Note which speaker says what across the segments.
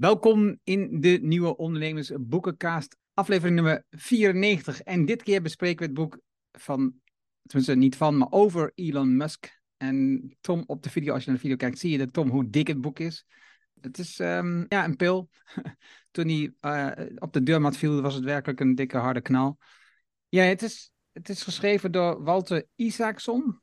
Speaker 1: Welkom in de nieuwe Ondernemers Boekencast, aflevering nummer 94. En dit keer bespreken we het boek van, tenminste niet van, maar over Elon Musk. En Tom, op de video, als je naar de video kijkt, zie je dat Tom hoe dik het boek is. Het is een pil. Toen hij op de deurmat viel, was het werkelijk een dikke harde knal. Ja, het is geschreven door Walter Isaacson.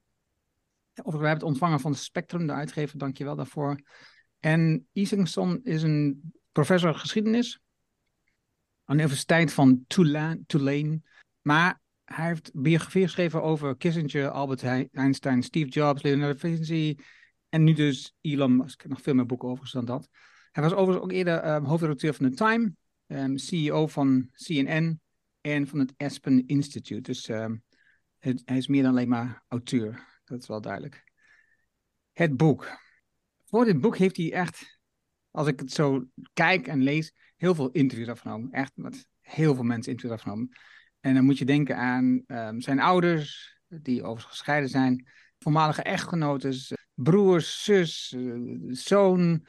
Speaker 1: Of we hebben het ontvangen van Spectrum, de uitgever, dankjewel daarvoor. En Isaacson is een professor geschiedenis aan de Universiteit van Tulane. Maar hij heeft biografie geschreven over Kissinger, Albert Einstein, Steve Jobs, Leonardo da Vinci en nu dus Elon Musk. Nog veel meer boeken overigens dan dat. Hij was overigens ook eerder hoofdredacteur van The Time, CEO van CNN en van het Aspen Institute. Dus hij is meer dan alleen maar auteur. Dat is wel duidelijk. Het boek. Voor dit boek heeft hij echt, als ik het zo kijk en lees, heel veel interviews afgenomen. Echt met heel veel mensen interviews afgenomen. En dan moet je denken aan zijn ouders, die overigens gescheiden zijn, voormalige echtgenoten, broers, zus, zoon,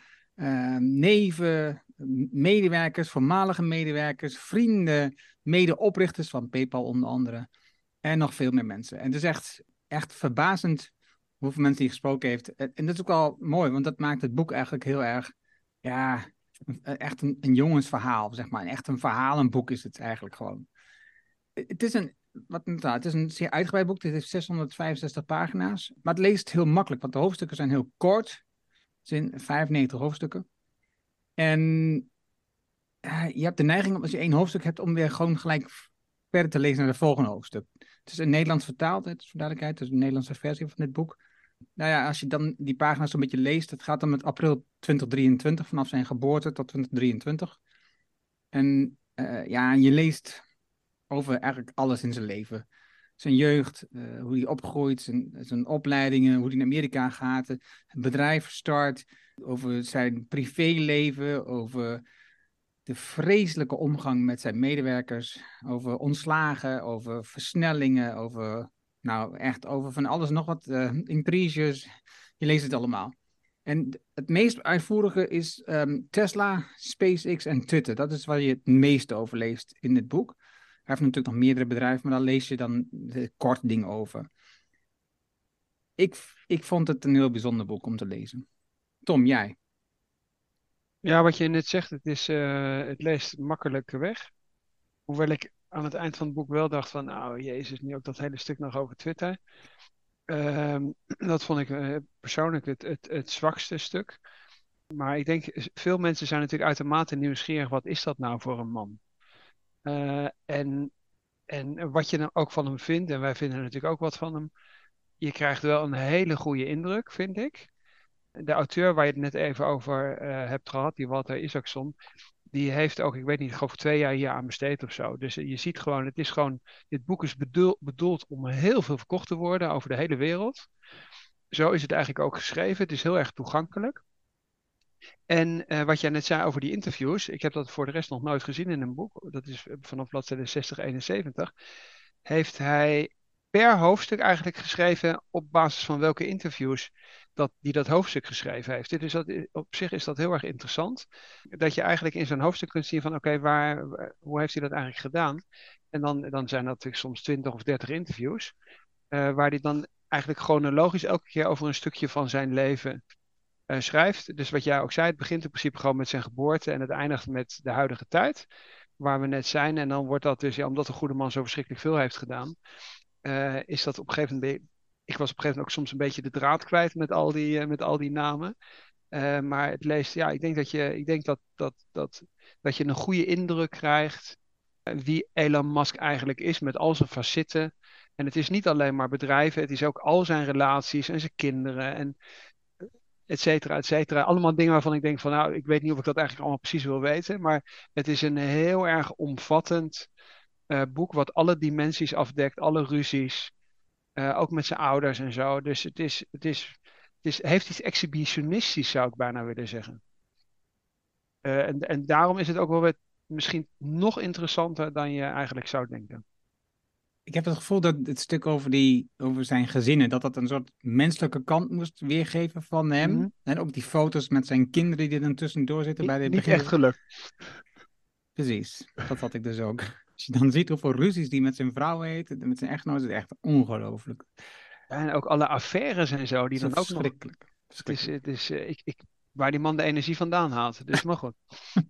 Speaker 1: neven, medewerkers, voormalige medewerkers, vrienden, medeoprichters van PayPal onder andere. En nog veel meer mensen. En het is echt verbazend hoeveel mensen hij gesproken heeft. En dat is ook wel mooi, want dat maakt het boek eigenlijk heel erg, ja, echt een jongensverhaal, zeg maar. Echt een verhalenboek is het eigenlijk gewoon. Het is het is een zeer uitgebreid boek. Dit heeft 665 pagina's. Maar het leest heel makkelijk, want de hoofdstukken zijn heel kort. Het zijn 95 hoofdstukken. En je hebt de neiging, als je één hoofdstuk hebt, om weer gewoon gelijk verder te lezen naar het volgende hoofdstuk. Het is in Nederlands vertaald, het is voor duidelijkheid. Het is een Nederlandse versie van dit boek. Nou ja, als je dan die pagina's zo'n beetje leest, het gaat dan met april 2023, vanaf zijn geboorte tot 2023. En je leest over eigenlijk alles in zijn leven. Zijn jeugd, hoe hij opgroeit, zijn opleidingen, hoe hij naar Amerika gaat, het bedrijf start, over zijn privéleven, over de vreselijke omgang met zijn medewerkers, over ontslagen, over versnellingen, over van alles nog wat, intriges. Je leest het allemaal. En het meest uitvoerige is Tesla, SpaceX en Twitter. Dat is waar je het meeste over leest in dit boek. Hij heeft natuurlijk nog meerdere bedrijven, maar daar lees je dan de kort dingen over. Ik vond het een heel bijzonder boek om te lezen. Tom, jij?
Speaker 2: Ja, wat je net zegt, het leest makkelijk weg. Hoewel ik aan het eind van het boek wel dacht van, nou, Jezus, nu ook dat hele stuk nog over Twitter. Dat vond ik persoonlijk het zwakste stuk. Maar ik denk, veel mensen zijn natuurlijk uitermate nieuwsgierig, wat is dat nou voor een man? En wat je dan ook van hem vindt, en wij vinden natuurlijk ook wat van hem, je krijgt wel een hele goede indruk, vind ik. De auteur waar je het net even over hebt gehad, die Walter Isaacson, die heeft ook, ik weet niet, ik geloof 2 jaar hier aan besteed of zo. Dus je ziet gewoon, het is gewoon, dit boek is bedoeld om heel veel verkocht te worden over de hele wereld. Zo is het eigenlijk ook geschreven. Het is heel erg toegankelijk. En wat jij net zei over die interviews, ik heb dat voor de rest nog nooit gezien in een boek. Dat is vanaf bladzijde 60, 71. Heeft hij per hoofdstuk eigenlijk geschreven op basis van welke interviews dat hoofdstuk geschreven heeft. Dus op zich is dat heel erg interessant. Dat je eigenlijk in zo'n hoofdstuk kunt zien van oké, hoe heeft hij dat eigenlijk gedaan? En dan zijn dat natuurlijk soms 20 of 30 interviews. Waar hij dan eigenlijk chronologisch elke keer over een stukje van zijn leven schrijft. Dus wat jij ook zei, het begint in principe gewoon met zijn geboorte en het eindigt met de huidige tijd, waar we net zijn. En dan wordt dat dus, ja, omdat de goede man zo verschrikkelijk veel heeft gedaan, is dat op een gegeven moment. Ik was op een gegeven moment ook soms een beetje de draad kwijt met al die namen. Maar het leest, ja, ik denk dat je een goede indruk krijgt wie Elon Musk eigenlijk is met al zijn facetten. En het is niet alleen maar bedrijven, het is ook al zijn relaties en zijn kinderen en et cetera, et cetera. Allemaal dingen waarvan ik denk van nou, ik weet niet of ik dat eigenlijk allemaal precies wil weten. Maar het is een heel erg omvattend boek wat alle dimensies afdekt, alle ruzies. Ook met zijn ouders en zo. Dus heeft iets exhibitionistisch, zou ik bijna willen zeggen. En daarom is het ook wel weer misschien nog interessanter dan je eigenlijk zou denken.
Speaker 1: Ik heb het gevoel dat het stuk over zijn gezinnen, dat dat een soort menselijke kant moest weergeven van
Speaker 2: Mhm.
Speaker 1: hem. En ook die foto's met zijn kinderen die er dan tussendoor zitten bij het
Speaker 2: Niet echt
Speaker 1: begin.
Speaker 2: gelukt.
Speaker 1: Precies, dat had ik dus ook. Als je dan ziet hoeveel ruzies die met zijn vrouw heeft, met zijn echtgenoot, is het echt ongelooflijk.
Speaker 2: En ook alle affaires en zo, die
Speaker 1: Zo
Speaker 2: dan ook nog.
Speaker 1: verschrikkelijk.
Speaker 2: Het
Speaker 1: Verschrikkelijk.
Speaker 2: is waar die man de energie vandaan haalt. Dus maar goed.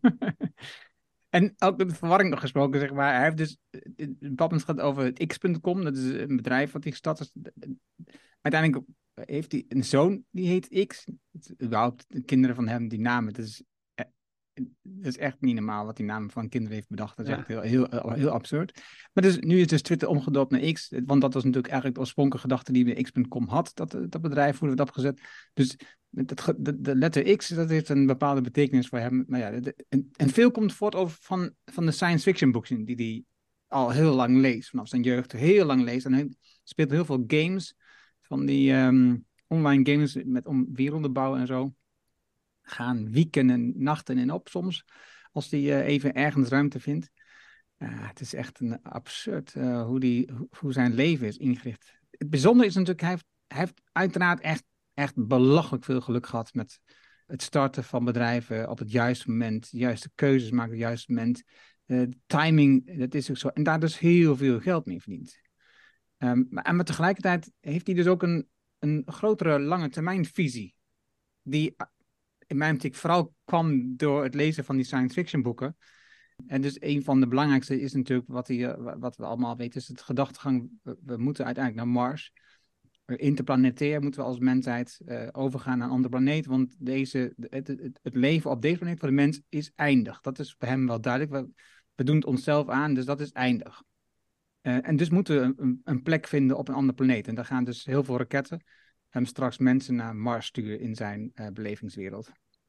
Speaker 1: En ook met de verwarring nog gesproken, zeg maar. Hij heeft dus, een bepaald moment gaat over het X.com, dat is een bedrijf wat hij gestart is. Uiteindelijk heeft hij een zoon die heet X. Überhaupt de kinderen van hem, die namen, eh, dat is echt niet normaal wat die namen van kinderen heeft bedacht. Dat is echt
Speaker 2: Ja.
Speaker 1: heel absurd. Maar dus, nu is dus Twitter omgedoopt naar X, want dat was natuurlijk eigenlijk de oorspronkelijke gedachte die bij X.com had, dat bedrijf, hoe we dat opgezet. Dus de letter X, dat heeft een bepaalde betekenis voor hem. Maar ja, en veel komt voort over van de science fiction boeken die hij al heel lang leest, vanaf zijn jeugd heel lang leest. En hij speelt heel veel games, van die online games om werelden bouwen en zo. Gaan wieken en nachten in op soms, als hij even ergens ruimte vindt. Het is echt een absurd hoe zijn leven is ingericht. Het bijzondere is natuurlijk, hij heeft uiteraard echt belachelijk veel geluk gehad met het starten van bedrijven op het juiste moment, de juiste keuzes maken op het juiste moment. De timing, dat is ook zo. En daar dus heel veel geld mee verdiend. Maar tegelijkertijd heeft hij dus ook een grotere lange termijn visie. Die in mijn optiek vooral kwam door het lezen van die science fiction boeken. En dus een van de belangrijkste is natuurlijk wat we allemaal weten, is het gedachtegang, we moeten uiteindelijk naar Mars. Interplanetair moeten we als mensheid overgaan naar een andere planeet, want het leven op deze planeet voor de mens is eindig. Dat is bij hem wel duidelijk. We doen het onszelf aan, dus dat is eindig. En dus moeten we een plek vinden op een andere planeet. En daar gaan dus heel veel raketten hem straks mensen naar Mars sturen in zijn belevingswereld.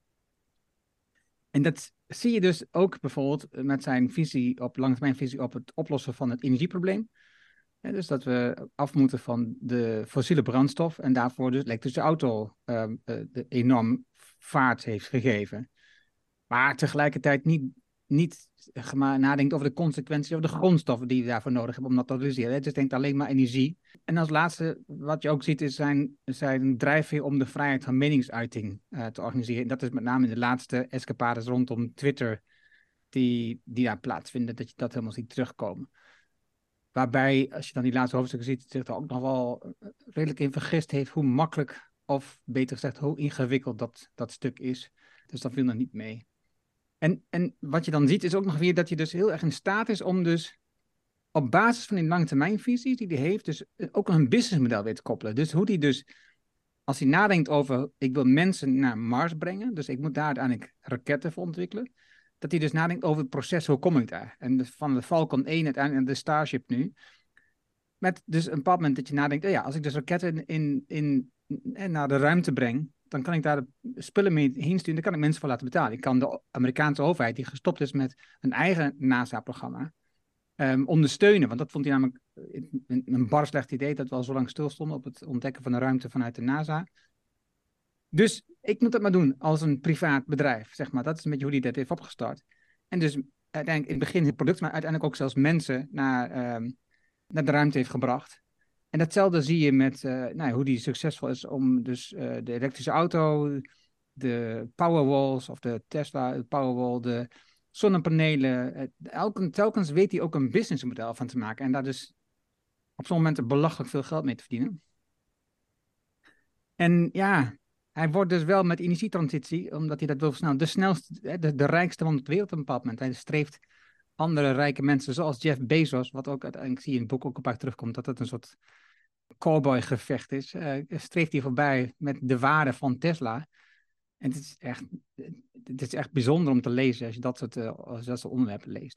Speaker 1: En dat zie je dus ook bijvoorbeeld met zijn langetermijnvisie op het oplossen van het energieprobleem. Dus dat we af moeten van de fossiele brandstof en daarvoor dus elektrische auto de enorm vaart heeft gegeven. Maar tegelijkertijd niet nadenkt over de consequenties of de grondstoffen die je daarvoor nodig hebt om dat te realiseren. Dus denkt alleen maar energie. En als laatste, wat je ook ziet, is zijn drijfveer om de vrijheid van meningsuiting te organiseren. En dat is met name in de laatste escapades rondom Twitter die daar plaatsvinden, dat je dat helemaal ziet terugkomen. Waarbij, als je dan die laatste hoofdstukken ziet, zich er ook nog wel redelijk in vergist heeft hoe makkelijk, of beter gezegd, hoe ingewikkeld dat stuk is. Dus dat viel nog niet mee. En wat je dan ziet is ook nog weer dat je dus heel erg in staat is om dus op basis van die langetermijnvisie die hij heeft, dus ook een businessmodel weer te koppelen. Dus hoe die dus, als hij nadenkt over, ik wil mensen naar Mars brengen, dus ik moet daar uiteindelijk raketten voor ontwikkelen, dat hij dus nadenkt over het proces, hoe kom ik daar? En dus van de Falcon 1 uiteindelijk naar de Starship nu, met dus een bepaald moment dat je nadenkt, oh ja, als ik dus raketten naar de ruimte breng, dan kan ik daar de spullen mee heen sturen, dan kan ik mensen voor laten betalen. Ik kan de Amerikaanse overheid, die gestopt is met een eigen NASA-programma, ondersteunen. Want dat vond hij namelijk een bar slecht idee, dat we al zo lang stilstonden op het ontdekken van de ruimte vanuit de NASA. Dus ik moet dat maar doen als een privaat bedrijf, zeg maar. Dat is een beetje hoe hij dat heeft opgestart. En dus uiteindelijk in het begin het product, maar uiteindelijk ook zelfs mensen naar de ruimte heeft gebracht. En datzelfde zie je met hoe die succesvol is om dus de elektrische auto, de Powerwalls of de Tesla Powerwall, de zonnepanelen. Telkens weet hij ook een businessmodel van te maken en daar dus op zo'n moment belachelijk veel geld mee te verdienen. En ja, hij wordt dus wel met energietransitie, omdat hij dat wil versnellen, de snelste, de rijkste man op de wereld op een bepaald moment. Hij streeft andere rijke mensen, zoals Jeff Bezos, wat ook uiteindelijk zie je in het boek ook een paar terugkomt, dat het een soort cowboygevecht is. Streeft hij voorbij met de waarde van Tesla. En het is echt bijzonder om te lezen als je dat soort onderwerpen leest.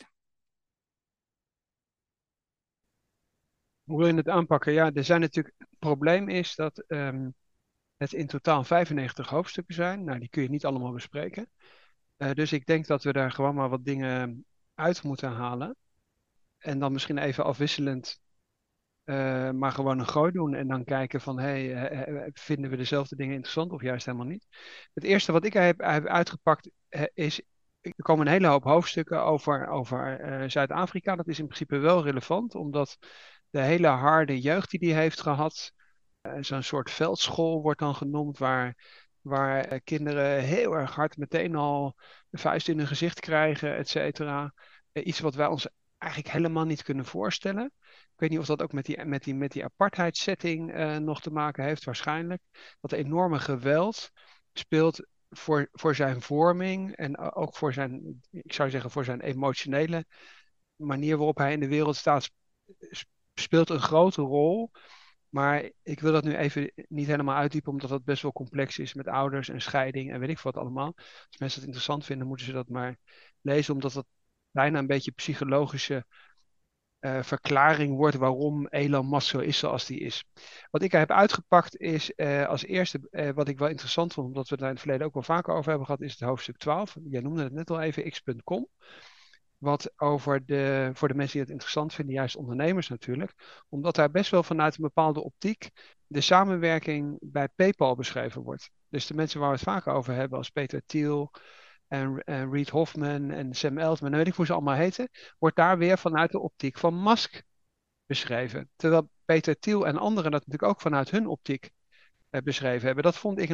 Speaker 2: Hoe wil je het aanpakken? Ja, er zijn natuurlijk. Het probleem is dat het in totaal 95 hoofdstukken zijn. Nou, die kun je niet allemaal bespreken. Dus ik denk dat we daar gewoon maar wat dingen uit moeten halen. En dan misschien even afwisselend, maar gewoon een gooi doen. En dan kijken van, vinden we dezelfde dingen interessant of juist helemaal niet. Het eerste wat ik heb uitgepakt is, er komen een hele hoop hoofdstukken over Zuid-Afrika. Dat is in principe wel relevant, omdat de hele harde jeugd die hij heeft gehad. Zo'n soort veldschool wordt dan genoemd, waar kinderen heel erg hard meteen al de vuist in hun gezicht krijgen, et cetera. Iets wat wij ons eigenlijk helemaal niet kunnen voorstellen. Ik weet niet of dat ook met die apartheid-setting nog te maken heeft, waarschijnlijk. Dat enorme geweld speelt voor zijn vorming en ook voor zijn, ik zou zeggen, voor zijn emotionele manier waarop hij in de wereld staat, speelt een grote rol. Maar ik wil dat nu even niet helemaal uitdiepen, omdat dat best wel complex is met ouders en scheiding en weet ik wat allemaal. Als mensen het interessant vinden, moeten ze dat maar lezen, omdat dat bijna een beetje psychologische verklaring wordt waarom Elon Musk zo is zoals die is. Wat ik er heb uitgepakt is als eerste, wat ik wel interessant vond, omdat we het daar in het verleden ook wel vaker over hebben gehad, is het hoofdstuk 12. Jij noemde het net al even, x.com. Wat voor de mensen die het interessant vinden, juist ondernemers natuurlijk, omdat daar best wel vanuit een bepaalde optiek de samenwerking bij PayPal beschreven wordt. Dus de mensen waar we het vaker over hebben, als Peter Thiel en Reid Hoffman en Sam Altman, en weet ik hoe ze allemaal heten, wordt daar weer vanuit de optiek van Musk beschreven. Terwijl Peter Thiel en anderen dat natuurlijk ook vanuit hun optiek beschreven hebben.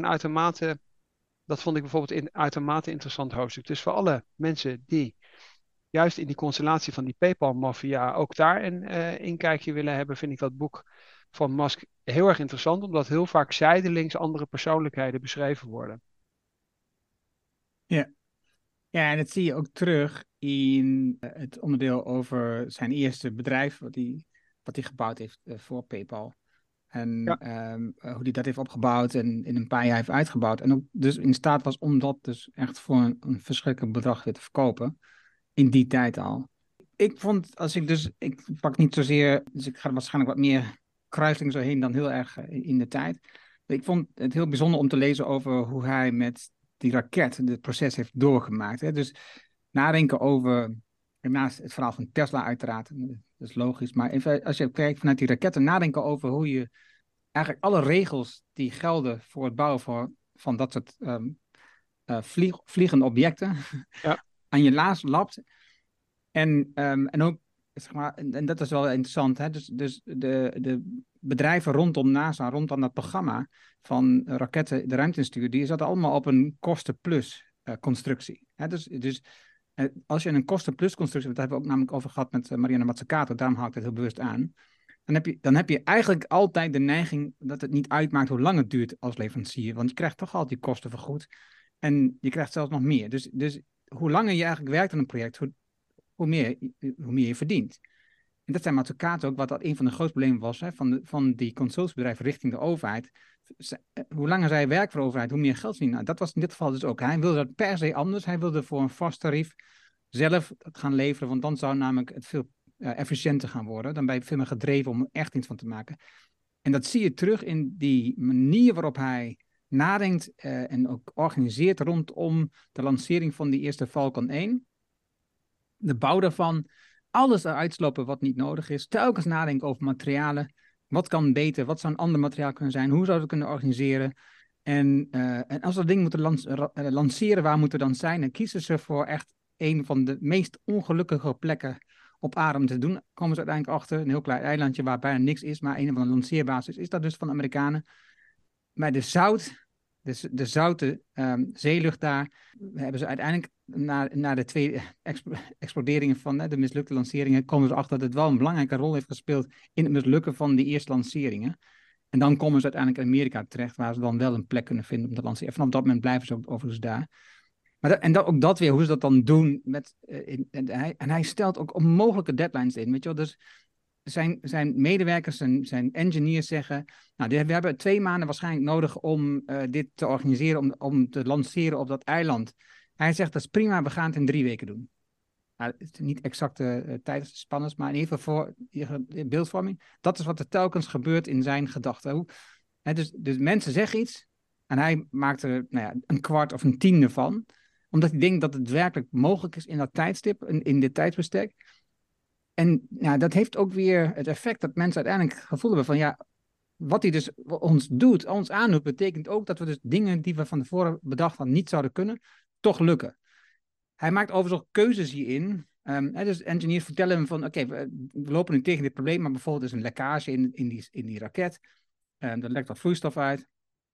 Speaker 2: Dat vond ik bijvoorbeeld een uitermate interessant hoofdstuk. Dus voor alle mensen die juist in die constellatie van die PayPal-maffia ook daar een inkijkje willen hebben, vind ik dat boek van Musk heel erg interessant, omdat heel vaak zijdelings andere persoonlijkheden beschreven worden.
Speaker 1: Ja. Ja, en dat zie je ook terug in het onderdeel over zijn eerste bedrijf, wat hij gebouwd heeft voor PayPal. En
Speaker 2: Ja,
Speaker 1: hoe hij dat heeft opgebouwd en in een paar jaar heeft uitgebouwd. En ook dus in staat was om dat dus echt voor een verschrikkelijk bedrag weer te verkopen. In die tijd al. Ik vond, ik pak niet zozeer, dus ik ga er waarschijnlijk wat meer kruising zo heen dan heel erg in de tijd. Ik vond het heel bijzonder om te lezen over hoe hij met die raket het proces heeft doorgemaakt. Hè. Dus nadenken over, naast het verhaal van Tesla uiteraard, dat is logisch, maar even als je kijkt vanuit die raketten, nadenken over hoe je eigenlijk alle regels die gelden voor het bouwen van dat soort vliegende objecten
Speaker 2: ja,
Speaker 1: aan je laars lapt. En ook, zeg maar, en dat is wel interessant, hè? Dus de bedrijven rondom NASA, rondom dat programma van raketten de ruimte insturen, die zaten allemaal op een kosten-plus constructie. Hè? Dus als je een kosten-plus constructie, dat hebben we ook namelijk over gehad met Mariana Mazzucato, daarom haal ik het heel bewust aan. Dan heb je eigenlijk altijd de neiging dat het niet uitmaakt hoe lang het duurt als leverancier. Want je krijgt toch altijd die kosten vergoed. En je krijgt zelfs nog meer. Dus hoe langer je eigenlijk werkt aan een project, hoe meer je verdient. En dat zijn Mazzucato ook, wat dat een van de grootste problemen was, hè, van die consultiebedrijven richting de overheid. Hoe langer zij werken voor de overheid, hoe meer geld ze verdienen. Nou, dat was in dit geval dus ook. Hij wilde dat per se anders. Hij wilde voor een vast tarief zelf het gaan leveren, want dan zou namelijk het veel efficiënter gaan worden. Dan ben je veel meer gedreven om er echt iets van te maken. En dat zie je terug in die manier waarop hij nadenkt en ook organiseert rondom de lancering van die eerste Falcon 1. De bouw daarvan, alles eruit slopen wat niet nodig is. Telkens nadenken over materialen. Wat kan beter? Wat zou een ander materiaal kunnen zijn? Hoe zouden we het kunnen organiseren? En als we dat ding moeten lanceren, waar moeten we dan zijn? En kiezen ze voor echt een van de meest ongelukkige plekken op aarde om te doen. Komen ze uiteindelijk achter, een heel klein eilandje waar bijna niks is, maar een van de lanceerbasis is dat dus van de Amerikanen. Maar de zoute zeelucht daar, hebben ze uiteindelijk na de twee exploderingen van de mislukte lanceringen, komen ze achter dat het wel een belangrijke rol heeft gespeeld in het mislukken van die eerste lanceringen. En dan komen ze uiteindelijk in Amerika terecht, waar ze dan wel een plek kunnen vinden om te lanceren. Vanaf dat moment blijven ze ook overigens daar. Maar ook dat weer, hoe ze dat dan doen. En hij stelt ook onmogelijke deadlines in. Weet je wel? Dus zijn medewerkers, zijn engineers zeggen, nou, we hebben 2 maanden waarschijnlijk nodig om dit te organiseren, om te lanceren op dat eiland. Hij zegt, dat is prima, we gaan het in 3 weken doen. Nou, het is niet exacte tijdsspannes, maar in ieder geval voor je beeldvorming. Dat is wat er telkens gebeurt in zijn gedachten. Dus mensen zeggen iets en hij maakt er een kwart of een tiende van, omdat hij denkt dat het werkelijk mogelijk is in dat tijdstip, in dit tijdsbestek. En dat heeft ook weer het effect dat mensen uiteindelijk het gevoel hebben van wat hij dus ons doet, ons aandoet, betekent ook dat we dus dingen die we van tevoren bedacht hadden niet zouden kunnen, toch lukken. Hij maakt overigens ook keuzes hierin Dus engineers vertellen hem van, oké, we lopen nu tegen dit probleem, maar bijvoorbeeld is een lekkage in die raket. Er lekt wat vloeistof uit.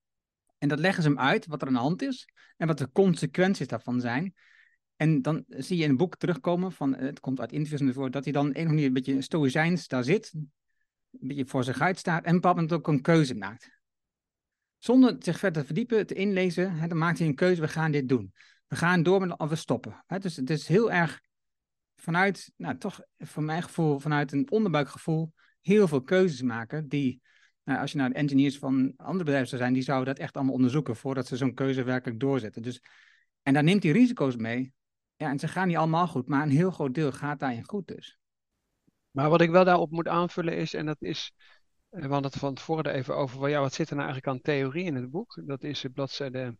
Speaker 1: En dat leggen ze hem uit, wat er aan de hand is en wat de consequenties daarvan zijn. En dan zie je in het boek terugkomen, het komt uit interviews ervoor, dat hij dan op een of andere manier een beetje stoïcijns daar zit, een beetje voor zich uit staat en op een bepaald moment ook een keuze maakt. Zonder zich verder te verdiepen, te inlezen, dan maakt hij een keuze, we gaan dit doen. We gaan door of we stoppen. Dus het is heel erg vanuit, toch voor mijn gevoel, vanuit een onderbuikgevoel, heel veel keuzes maken die, als je naar de engineers van andere bedrijven zou zijn, die zouden dat echt allemaal onderzoeken voordat ze zo'n keuze werkelijk doorzetten. Dus, en daar neemt hij risico's mee. Ja, en ze gaan niet allemaal goed, maar een heel groot deel gaat daarin goed dus.
Speaker 2: Maar wat ik wel daarop moet aanvullen is, en dat is, we hadden het van tevoren er even over, ja, wat zit er nou eigenlijk aan theorie in het boek? Dat is bladzijde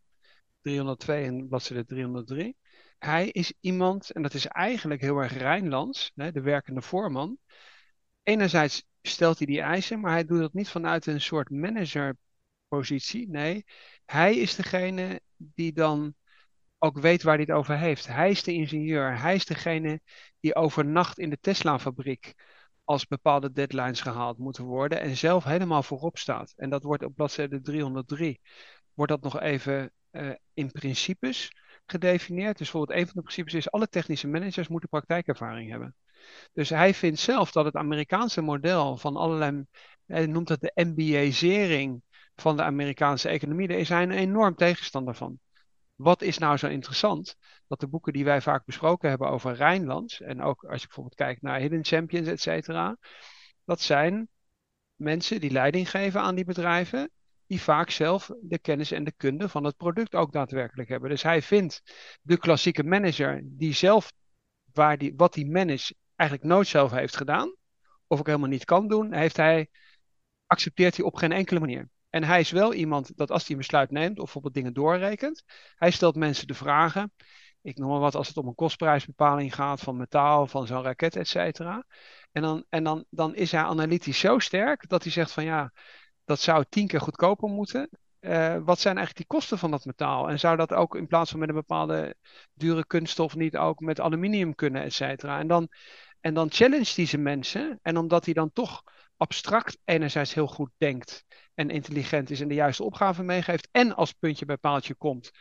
Speaker 2: 302 en bladzijde 303. Hij is iemand, en dat is eigenlijk heel erg Rijnlands, de werkende voorman. Enerzijds stelt hij die eisen, maar hij doet dat niet vanuit een soort managerpositie. Nee, hij is degene die dan ook weet waar hij het over heeft. Hij is de ingenieur. Hij is degene die overnacht in de Tesla-fabriek als bepaalde deadlines gehaald moeten worden en zelf helemaal voorop staat. En dat wordt op bladzijde 303, wordt dat nog even in principes gedefinieerd. Dus bijvoorbeeld een van de principes is alle technische managers moeten praktijkervaring hebben. Dus hij vindt zelf dat het Amerikaanse model van allerlei, hij noemt het de MBA'zering van de Amerikaanse economie, daar is hij een enorm tegenstander van. Wat is nou zo interessant? Dat de boeken die wij vaak besproken hebben over Rijnlands, en ook als je bijvoorbeeld kijkt naar Hidden Champions, et cetera, dat zijn mensen die leiding geven aan die bedrijven, die vaak zelf de kennis en de kunde van het product ook daadwerkelijk hebben. Dus hij vindt de klassieke manager die zelf, wat die manage eigenlijk nooit zelf heeft gedaan, of ook helemaal niet kan doen, accepteert hij op geen enkele manier. En hij is wel iemand dat als hij een besluit neemt, of bijvoorbeeld dingen doorrekent, hij stelt mensen de vragen. Ik noem maar wat, als het om een kostprijsbepaling gaat van metaal, van zo'n raket, et cetera. En dan is hij analytisch zo sterk dat hij zegt van ja, dat zou 10 keer goedkoper moeten. Wat zijn eigenlijk die kosten van dat metaal? En zou dat ook in plaats van met een bepaalde dure kunststof niet ook met aluminium kunnen, et cetera? En dan challenge hij ze mensen. En omdat hij dan toch abstract enerzijds heel goed denkt en intelligent is en de juiste opgave meegeeft. En als puntje bij paaltje komt,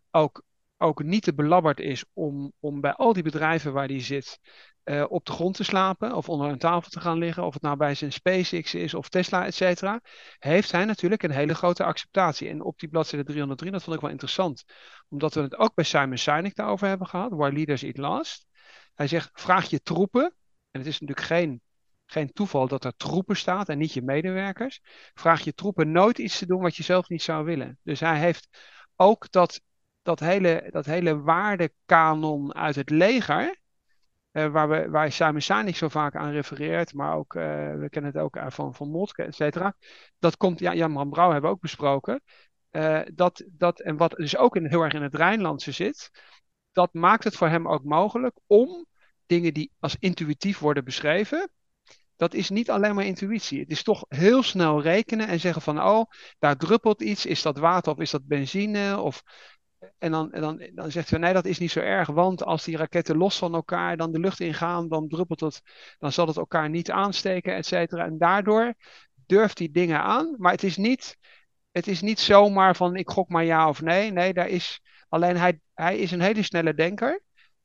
Speaker 2: ook niet te belabberd is om bij al die bedrijven waar hij zit op de grond te slapen of onder een tafel te gaan liggen. Of het nou bij zijn SpaceX is of Tesla, et cetera. Heeft hij natuurlijk een hele grote acceptatie. En op die bladzijde 303, dat vond ik wel interessant. Omdat we het ook bij Simon Sinek daarover hebben gehad. Why Leaders Eat Last. Hij zegt, vraag je troepen. En het is natuurlijk geen toeval dat er troepen staat en niet je medewerkers. Vraag je troepen nooit iets te doen wat je zelf niet zou willen. Dus hij heeft ook dat hele waardekanon uit het leger, waar Simon Sinek zo vaak aan refereert, maar ook, we kennen het ook van Moltke, et cetera. Dat komt, ja, Jan van Brouw hebben we ook besproken. En wat dus ook heel erg in het Rijnlandse zit, dat maakt het voor hem ook mogelijk om dingen die als intuïtief worden beschreven, dat is niet alleen maar intuïtie. Het is toch heel snel rekenen en zeggen van, oh, daar druppelt iets. Is dat water of is dat benzine? En dan zegt hij, nee, dat is niet zo erg. Want als die raketten los van elkaar dan de lucht ingaan, dan druppelt het, dan zal het elkaar niet aansteken, et cetera. En daardoor durft hij dingen aan. Maar het is niet zomaar van, ik gok maar ja of nee. Nee, alleen hij is een hele snelle denker.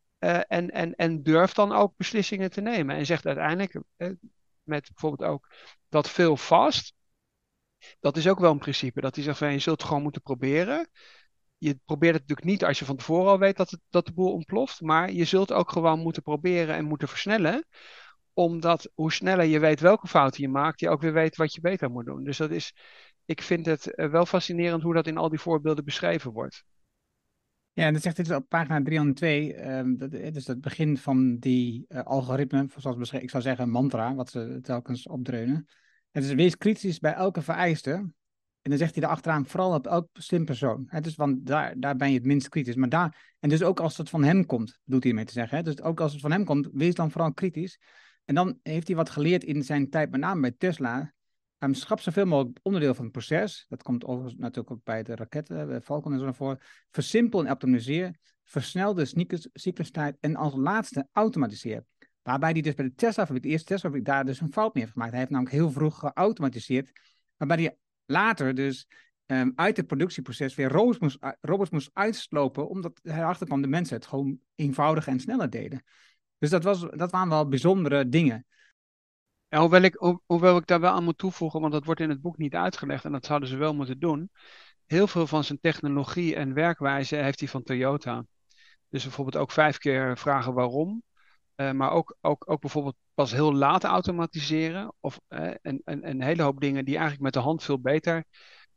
Speaker 2: En durft dan ook beslissingen te nemen. En zegt uiteindelijk, met bijvoorbeeld ook dat veel vast. Dat is ook wel een principe. Dat hij zegt van je zult het gewoon moeten proberen. Je probeert het natuurlijk niet als je van tevoren al weet dat de boel ontploft. Maar je zult ook gewoon moeten proberen en moeten versnellen. Omdat hoe sneller je weet welke fouten je maakt, je ook weer weet wat je beter moet doen. Dus ik vind het wel fascinerend hoe dat in al die voorbeelden beschreven wordt.
Speaker 1: Ja, en dat zegt dit op pagina 302, dus het begin van die algoritme, zoals ik zou zeggen mantra, wat ze telkens opdreunen. Het is wees kritisch bij elke vereiste. En dan zegt hij erachteraan, vooral op elk slim persoon. Dus, want daar ben je het minst kritisch. En dus ook als het van hem komt, doet hij ermee te zeggen. Dus ook als het van hem komt, wees dan vooral kritisch. En dan heeft hij wat geleerd in zijn tijd, met name bij Tesla. Schrap zoveel mogelijk onderdeel van het proces. Dat komt overigens natuurlijk ook bij de raketten, de Falcon en zo naar voren. Versimpel en optimiseer. versnelde cyclustijd en als laatste automatiseren. Waarbij hij dus bij de Tesla-fabriek, de eerste Tesla-fabriek, daar dus een fout mee heeft gemaakt. Hij heeft namelijk heel vroeg geautomatiseerd, waarbij hij later dus uit het productieproces weer robots moest uitslopen, omdat hij erachter kwam de mensen het gewoon eenvoudiger en sneller deden. Dus dat waren wel bijzondere dingen.
Speaker 2: En hoewel ik daar wel aan moet toevoegen, want dat wordt in het boek niet uitgelegd en dat zouden ze wel moeten doen. Heel veel van zijn technologie en werkwijze heeft hij van Toyota. Dus bijvoorbeeld ook 5 keer vragen waarom. Maar ook bijvoorbeeld pas heel laat automatiseren. Of een hele hoop dingen die eigenlijk met de hand veel beter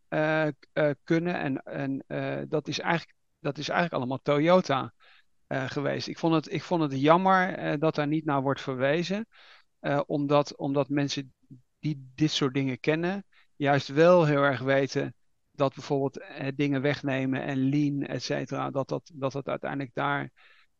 Speaker 2: kunnen. Dat is eigenlijk allemaal Toyota geweest. Ik vond het jammer dat daar niet naar wordt verwezen. Omdat mensen die dit soort dingen kennen, juist wel heel erg weten dat bijvoorbeeld dingen wegnemen en lean, et cetera, dat uiteindelijk daar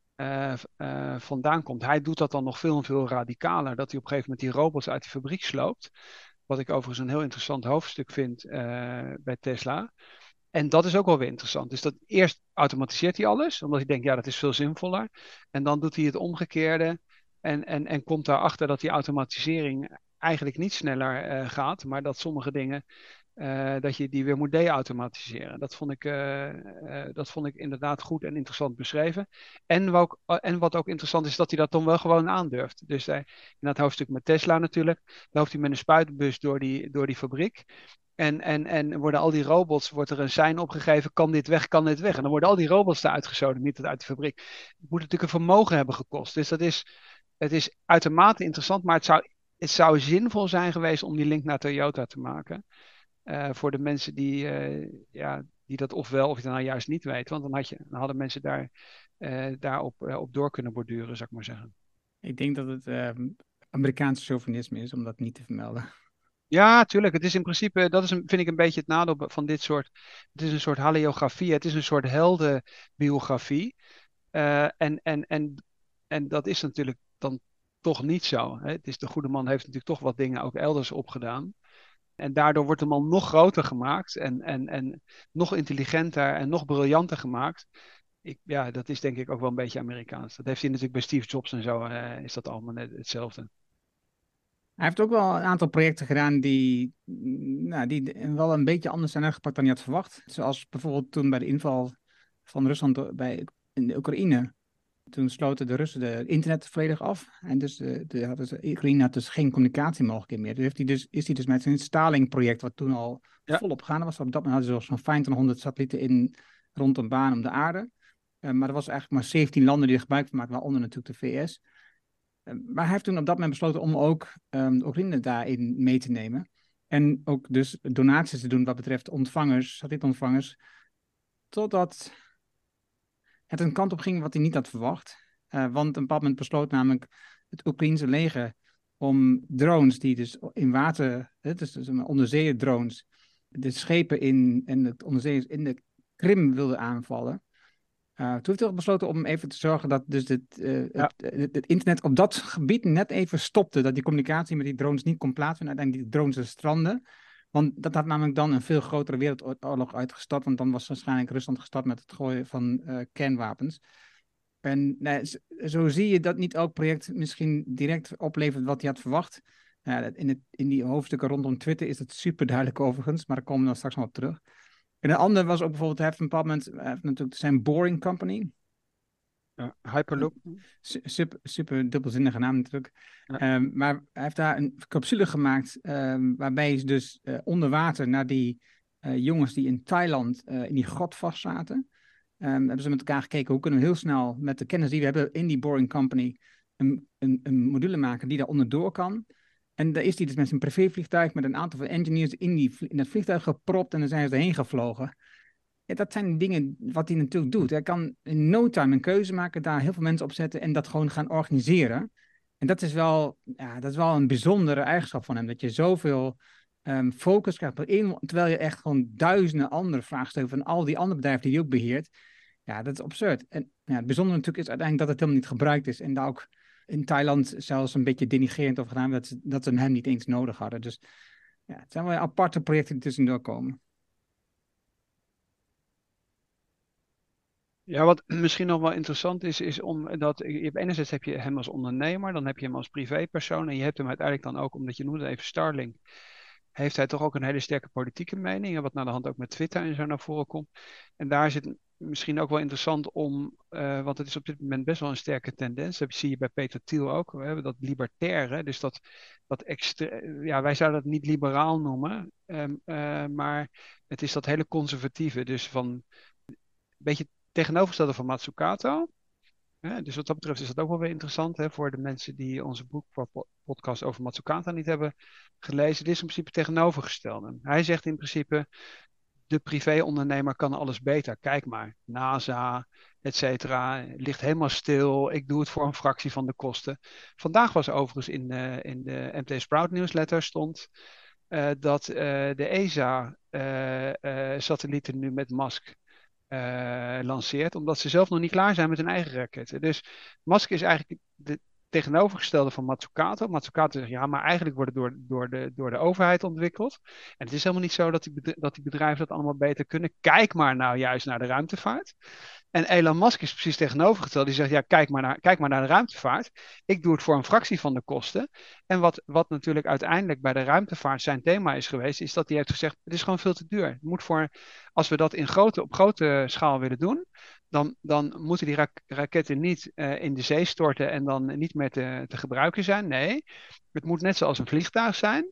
Speaker 2: vandaan komt. Hij doet dat dan nog veel en veel radicaler, dat hij op een gegeven moment die robots uit die fabriek sloopt. Wat ik overigens een heel interessant hoofdstuk vind bij Tesla. En dat is ook wel weer interessant. Dus dat eerst automatiseert hij alles, omdat hij denkt, ja, dat is veel zinvoller. En dan doet hij het omgekeerde en komt daarachter dat die automatisering eigenlijk niet sneller gaat, maar dat sommige dingen, dat je die weer moet de-automatiseren. Dat vond ik inderdaad goed en interessant beschreven. En wat ook interessant is, dat hij dat dan wel gewoon aandurft. Dus in dat hoofdstuk met Tesla natuurlijk, loopt hij met een spuitbus door die fabriek. En worden al die robots, wordt er een sein opgegeven, kan dit weg, kan dit weg. En dan worden al die robots eruit gesodemieterd uit de fabriek. Het moet natuurlijk een vermogen hebben gekost. Dus het is uitermate interessant, maar het zou zinvol zijn geweest om die link naar Toyota te maken. Voor de mensen die dat ofwel of je nou juist niet weet. Want dan hadden mensen daarop op door kunnen borduren, zou ik maar zeggen.
Speaker 1: Ik denk dat het Amerikaanse chauvinisme is om dat niet te vermelden.
Speaker 2: Ja, tuurlijk. Het is in principe, vind ik een beetje het nadeel van dit soort. Het is een soort haleografie. Het is een soort heldenbiografie. Eh, en, en, en, en dat is natuurlijk dan toch niet zo. Hè? Het is, de goede man heeft natuurlijk toch wat dingen ook elders opgedaan. En daardoor wordt de man nog groter gemaakt en nog intelligenter en nog briljanter gemaakt. Ja, dat is denk ik ook wel een beetje Amerikaans. Dat heeft hij natuurlijk bij Steve Jobs en zo, is dat allemaal net hetzelfde.
Speaker 1: Hij heeft ook wel een aantal projecten gedaan die wel een beetje anders zijn aangepakt dan je had verwacht. Zoals bijvoorbeeld toen bij de inval van Rusland in de Oekraïne. Toen sloten de Russen de internet volledig af. En dus de Oekraïne had dus geen communicatiemogelijkheden meer. Is hij dus met zijn Starlink-project, wat toen al
Speaker 2: Ja,
Speaker 1: volop gaande was. Op dat moment hadden ze zo'n 2500 satellieten rond een baan om de aarde. Maar er was eigenlijk maar 17 landen die er gebruik van maakten, waaronder natuurlijk de VS. Maar hij heeft toen op dat moment besloten om ook de Oekraïne daarin mee te nemen. En ook dus donaties te doen wat betreft satellietontvangers. Totdat het een kant op ging wat hij niet had verwacht. Want op een bepaald moment besloot namelijk het Oekraïense leger om drones die dus in water, dus onderzeedrones, de schepen en het onderzeeërs in de Krim wilden aanvallen. Toen heeft hij besloten om even te zorgen dat dus
Speaker 2: ja.
Speaker 1: het internet op dat gebied net even stopte. Dat die communicatie met die drones niet kon plaatsvinden. Uiteindelijk die drones stranden. Want dat had namelijk dan een veel grotere wereldoorlog uitgestart. Want dan was waarschijnlijk Rusland gestart met het gooien van kernwapens. En zo zie je dat niet elk project misschien direct oplevert wat hij had verwacht. In die hoofdstukken rondom Twitter is het super duidelijk overigens. Maar daar komen we dan straks nog op terug. En een ander was ook bijvoorbeeld, hij heeft een bepaald moment, hij heeft natuurlijk zijn Boring Company.
Speaker 2: Ja, Hyperloop.
Speaker 1: Super dubbelzinnige naam natuurlijk.
Speaker 2: Ja,
Speaker 1: Maar hij heeft daar een capsule gemaakt waarbij ze dus onder water naar die jongens die in Thailand in die grot vastzaten. Hebben ze met elkaar gekeken hoe kunnen we heel snel met de kennis die we hebben in die Boring Company een module maken die daar onderdoor kan. En daar is hij dus met zijn privévliegtuig met een aantal van engineers in dat vliegtuig gepropt en dan zijn ze erheen gevlogen. Ja, dat zijn dingen wat hij natuurlijk doet. Hij kan in no time een keuze maken, daar heel veel mensen op zetten en dat gewoon gaan organiseren. En dat is wel een bijzondere eigenschap van hem, dat je zoveel focus krijgt op één, terwijl je echt gewoon duizenden andere vraagstukken van al die andere bedrijven die hij ook beheert. Ja, dat is absurd. En ja, het bijzondere natuurlijk is uiteindelijk dat het helemaal niet gebruikt is en daar ook in Thailand zelfs een beetje denigrerend over gedaan, dat ze hem niet eens nodig hadden. Dus ja, het zijn wel aparte projecten die tussendoor komen.
Speaker 2: Ja, wat misschien nog wel interessant is omdat enerzijds heb je hem als ondernemer, dan heb je hem als privépersoon en je hebt hem uiteindelijk dan ook, omdat je noemde even Starlink, heeft hij toch ook een hele sterke politieke mening, en wat naar de hand ook met Twitter en zo naar voren komt. En daar zit misschien ook wel interessant om, want het is op dit moment best wel een sterke tendens. Dat zie je bij Peter Thiel ook. We hebben dat libertaire, dus ja, wij zouden dat niet liberaal noemen, maar het is dat hele conservatieve, dus van een beetje tegenovergestelde van Matsukato. Dus wat dat betreft is dat ook wel weer interessant, hè, voor de mensen die onze podcast over Matsukato niet hebben gelezen. Dit is in principe tegenovergestelde. Hij zegt in principe, de privéondernemer kan alles beter. Kijk maar, NASA, et cetera, ligt helemaal stil. Ik doe het voor een fractie van de kosten. Vandaag was overigens in de MT Sprout nieuwsletter stond dat de ESA satellieten nu met Musk lanceert, omdat ze zelf nog niet klaar zijn met hun eigen raketten. Dus Musk is eigenlijk de tegenovergestelde van Matsukato. Matsukato zegt, ja, maar eigenlijk wordt het door de overheid ontwikkeld. En het is helemaal niet zo dat die bedrijven dat allemaal beter kunnen. Kijk maar nou juist naar de ruimtevaart. En Elon Musk is precies tegenovergesteld. Die zegt, ja, kijk maar naar de ruimtevaart. Ik doe het voor een fractie van de kosten. En wat natuurlijk uiteindelijk bij de ruimtevaart zijn thema is geweest, is dat hij heeft gezegd, het is gewoon veel te duur. Het moet als we dat op grote schaal willen doen, dan moeten die raketten niet in de zee storten en dan niet meer te gebruiken zijn. Nee, het moet net zoals een vliegtuig zijn.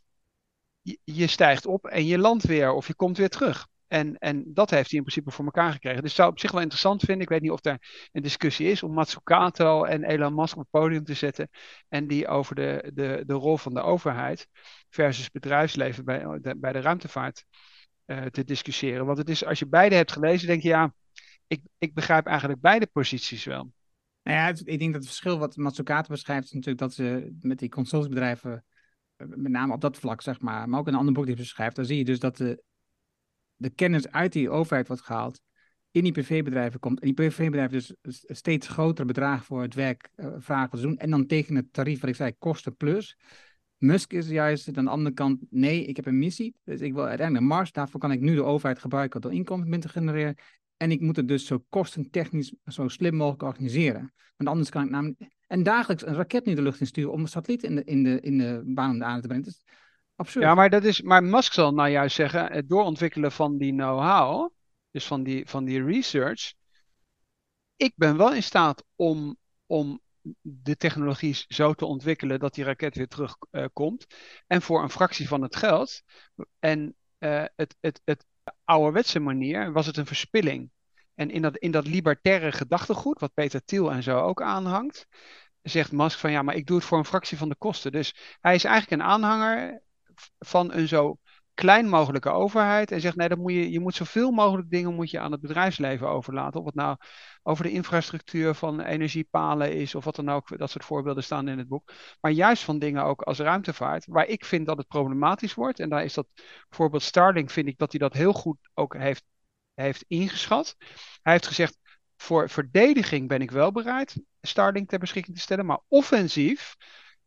Speaker 2: Je stijgt op en je landt weer of je komt weer terug. En dat heeft hij in principe voor elkaar gekregen. Dus het zou op zich wel interessant vinden. Ik weet niet of er een discussie is om Matsukato en Elon Musk op het podium te zetten. En die over de rol van de overheid versus bedrijfsleven bij de ruimtevaart te discussiëren. Want het is, als je beide hebt gelezen, denk je ja, ik begrijp eigenlijk beide posities wel.
Speaker 1: Nou ja, ik denk dat het verschil wat Matsukato beschrijft is natuurlijk dat ze met die consultiebedrijven, met name op dat vlak, zeg maar ook een ander boek die hij beschrijft, dan zie je dus dat de kennis uit die overheid wordt gehaald, in die privébedrijven komt. En die privébedrijven dus steeds grotere bedragen voor het werk vragen te doen. En dan tegen het tarief wat ik zei, kosten plus. Musk is juist aan de andere kant, nee, ik heb een missie. Dus ik wil uiteindelijk Mars. Daarvoor kan ik nu de overheid gebruiken door inkomsten te genereren. En ik moet het dus zo kostentechnisch zo slim mogelijk organiseren. Want anders kan ik namelijk... En dagelijks een raket nu de lucht insturen om een satelliet in de baan om de aarde te brengen. Dat is
Speaker 2: Ja,
Speaker 1: absurd.
Speaker 2: maar Musk zal nou juist zeggen, het doorontwikkelen van die know-how, dus van die research, ik ben wel in staat om de technologie zo te ontwikkelen dat die raket weer terugkomt. En voor een fractie van het geld. En het ouderwetse manier was het een verspilling. En in dat libertaire gedachtegoed, wat Peter Thiel en zo ook aanhangt, zegt Musk van ja, maar ik doe het voor een fractie van de kosten. Dus hij is eigenlijk een aanhanger van een zo klein mogelijke overheid en zegt nee, je moet zoveel mogelijk dingen moet je aan het bedrijfsleven overlaten. Of het nou over de infrastructuur van energiepalen is of wat dan ook, dat soort voorbeelden staan in het boek. Maar juist van dingen ook als ruimtevaart, waar ik vind dat het problematisch wordt. En daar is dat voorbeeld Starlink, vind ik dat hij dat heel goed ook heeft ingeschat. Hij heeft gezegd, voor verdediging ben ik wel bereid Starlink ter beschikking te stellen, maar offensief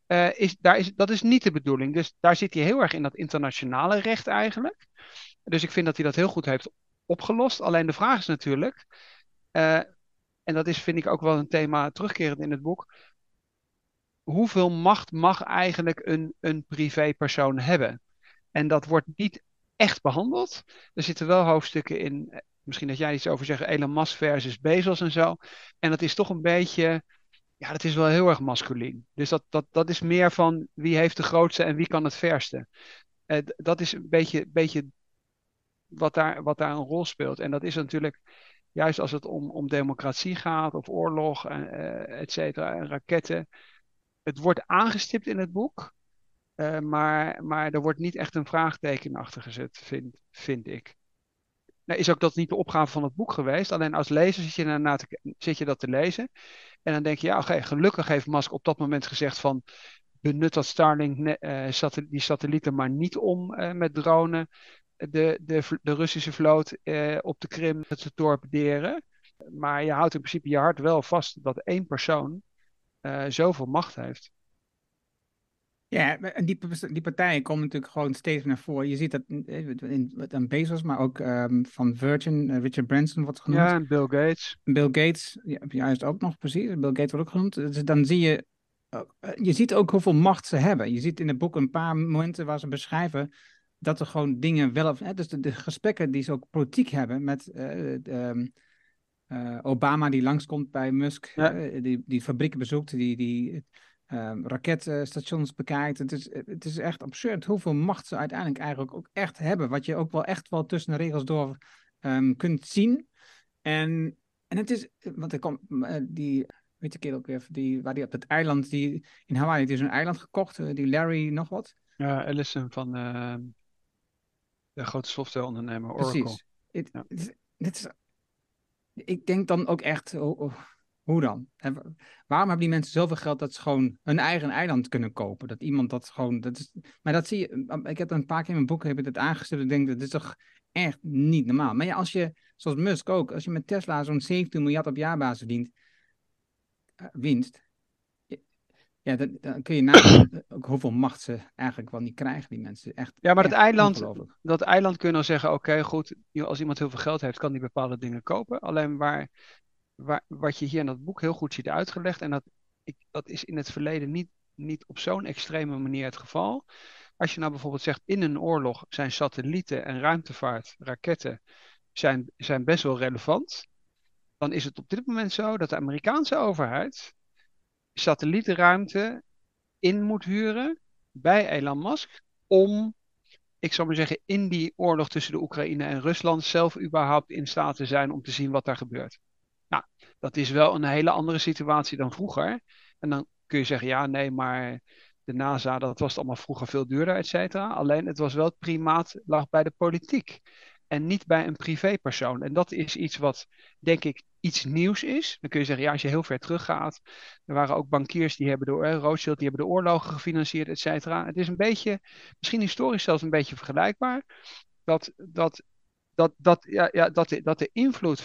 Speaker 2: dat is niet de bedoeling. Dus daar zit hij heel erg in dat internationale recht eigenlijk. Dus ik vind dat hij dat heel goed heeft opgelost. Alleen de vraag is natuurlijk, eh, en dat is vind ik ook wel een thema terugkerend in het boek, hoeveel macht mag eigenlijk een privépersoon hebben? En dat wordt niet echt behandeld. Er zitten wel hoofdstukken in, misschien dat jij iets over zegt, Elon Musk versus Bezos en zo. En dat is toch een beetje, ja, dat is wel heel erg masculien. Dus dat is meer van wie heeft de grootste en wie kan het verste. Dat is een beetje wat daar een rol speelt. En dat is natuurlijk, juist als het om democratie gaat, of oorlog, et cetera, en raketten. Het wordt aangestipt in het boek, maar er wordt niet echt een vraagteken achter gezet, vind ik. Nou, is ook dat niet de opgave van het boek geweest. Alleen als lezer zit je dat te lezen. En dan denk je, ja, oké, gelukkig heeft Musk op dat moment gezegd van benut dat Starlink die satellieten maar niet om met dronen de Russische vloot op de Krim te torpederen. Maar je houdt in principe je hart wel vast dat één persoon zoveel macht heeft.
Speaker 1: Ja, en die partijen komen natuurlijk gewoon steeds naar voren. Je ziet dat aan Bezos, maar ook van Virgin, Richard Branson wordt genoemd.
Speaker 2: Ja, en Bill Gates.
Speaker 1: Bill Gates, ja, juist ook nog precies. Bill Gates wordt ook genoemd. Dus dan zie je, je ziet ook hoeveel macht ze hebben. Je ziet in het boek een paar momenten waar ze beschrijven dat er gewoon dingen wel... dus de gesprekken die ze ook politiek hebben met Obama die langskomt bij Musk,
Speaker 2: Ja,
Speaker 1: die fabrieken bezoekt, die raketstations bekijkt. Het is echt absurd hoeveel macht ze uiteindelijk eigenlijk ook echt hebben. Wat je ook wel echt wel tussen de regels door kunt zien. En het is, want er komt die, weet je keer ook weer, waar die op het eiland, die in Hawaii, die is een eiland gekocht, die Larry nog wat.
Speaker 2: ja, Ellison van de grote softwareondernemer Oracle.
Speaker 1: Precies.
Speaker 2: Ja.
Speaker 1: Dit is, ik denk dan ook echt, hoe dan? Waarom hebben die mensen zoveel geld dat ze gewoon hun eigen eiland kunnen kopen? Dat iemand dat gewoon, maar dat zie je, ik heb een paar keer in mijn boek heb ik het aangestipt. Ik denk, dat is toch echt niet normaal. Maar ja, als je, zoals Musk ook, als je met Tesla zo'n 17 miljard op jaarbasis verdient, winst, ja, dan kun je nagaan ook hoeveel macht ze eigenlijk wel niet krijgen, die mensen. Echt,
Speaker 2: Ja, maar
Speaker 1: echt ongelooflijk.
Speaker 2: dat eiland kun je dan zeggen, oké, goed, als iemand heel veel geld heeft, kan die bepaalde dingen kopen. Alleen wat je hier in dat boek heel goed ziet uitgelegd, en dat is in het verleden niet op zo'n extreme manier het geval. Als je nou bijvoorbeeld zegt, in een oorlog zijn satellieten en ruimtevaart, raketten, zijn best wel relevant. Dan is het op dit moment zo dat de Amerikaanse overheid satellietenruimte in moet huren bij Elon Musk om, ik zou maar zeggen, in die oorlog tussen de Oekraïne en Rusland zelf überhaupt in staat te zijn om te zien wat daar gebeurt. Nou, dat is wel een hele andere situatie dan vroeger. En dan kun je zeggen, ja, nee, maar de NASA, dat was allemaal vroeger veel duurder, et cetera. Alleen het was wel het primaat lag bij de politiek en niet bij een privépersoon. En dat is iets wat, denk ik, iets nieuws is. Dan kun je zeggen, ja, als je heel ver teruggaat, er waren ook bankiers die hebben Rothschild, die hebben de oorlogen gefinancierd, et cetera. Het is een beetje, misschien historisch zelfs een beetje vergelijkbaar, dat, dat, dat de invloed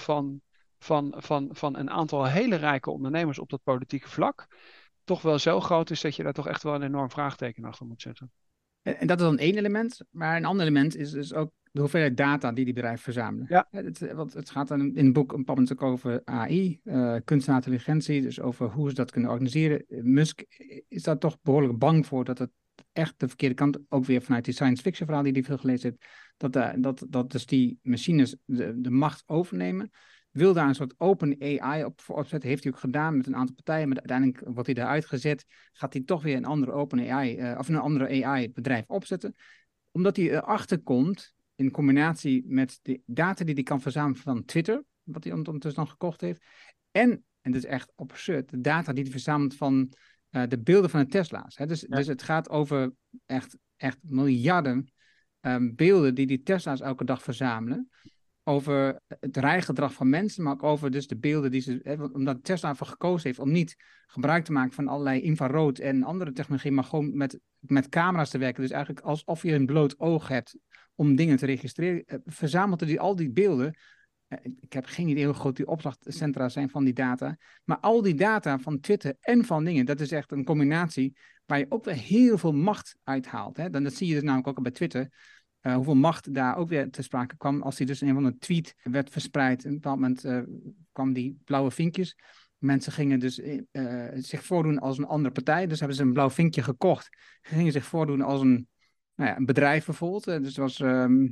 Speaker 2: van een aantal hele rijke ondernemers op dat politieke vlak toch wel zo groot is dat je daar toch echt wel een enorm vraagteken achter moet zetten.
Speaker 1: En dat is dan één element. Maar een ander element is dus ook de hoeveelheid data die bedrijven verzamelen.
Speaker 2: Ja,
Speaker 1: Want het gaat dan in het boek een paar ook over AI, kunstmatige intelligentie, dus over hoe ze dat kunnen organiseren. Musk is daar toch behoorlijk bang voor dat het echt de verkeerde kant, ook weer vanuit die science fiction verhaal die hij veel gelezen heeft, dat dus die machines de macht overnemen. Wil daar een soort open AI voor opzetten. Heeft hij ook gedaan met een aantal partijen, maar uiteindelijk wordt hij eruit gezet. Gaat hij toch weer een andere open AI of een andere AI-bedrijf opzetten. Omdat hij erachter komt, in combinatie met de data die hij kan verzamelen van Twitter, wat hij ondertussen dan gekocht heeft. En dat is echt absurd, de data die hij verzamelt van de beelden van de Tesla's. Hè?
Speaker 2: ja,
Speaker 1: Dus het gaat over echt miljarden beelden die Tesla's elke dag verzamelen over het rijgedrag van mensen, maar ook over dus de beelden die ze... Omdat Tesla ervoor gekozen heeft om niet gebruik te maken van allerlei infrarood en andere technologie, maar gewoon met camera's te werken. Dus eigenlijk alsof je een bloot oog hebt om dingen te registreren, verzamelt hij al die beelden. Ik heb geen idee hoe groot die opslagcentra zijn van die data. Maar al die data van Twitter en van dingen, dat is echt een combinatie waar je ook weer heel veel macht uithaalt. Hè? Dat zie je dus namelijk ook al bij Twitter. Hoeveel macht daar ook weer te sprake kwam als die dus in een van een tweet werd verspreid. En op een bepaald moment kwam die blauwe vinkjes. Mensen gingen dus zich voordoen als een andere partij. Dus hebben ze een blauw vinkje gekocht. Gingen zich voordoen als een bedrijf bijvoorbeeld. Dus het was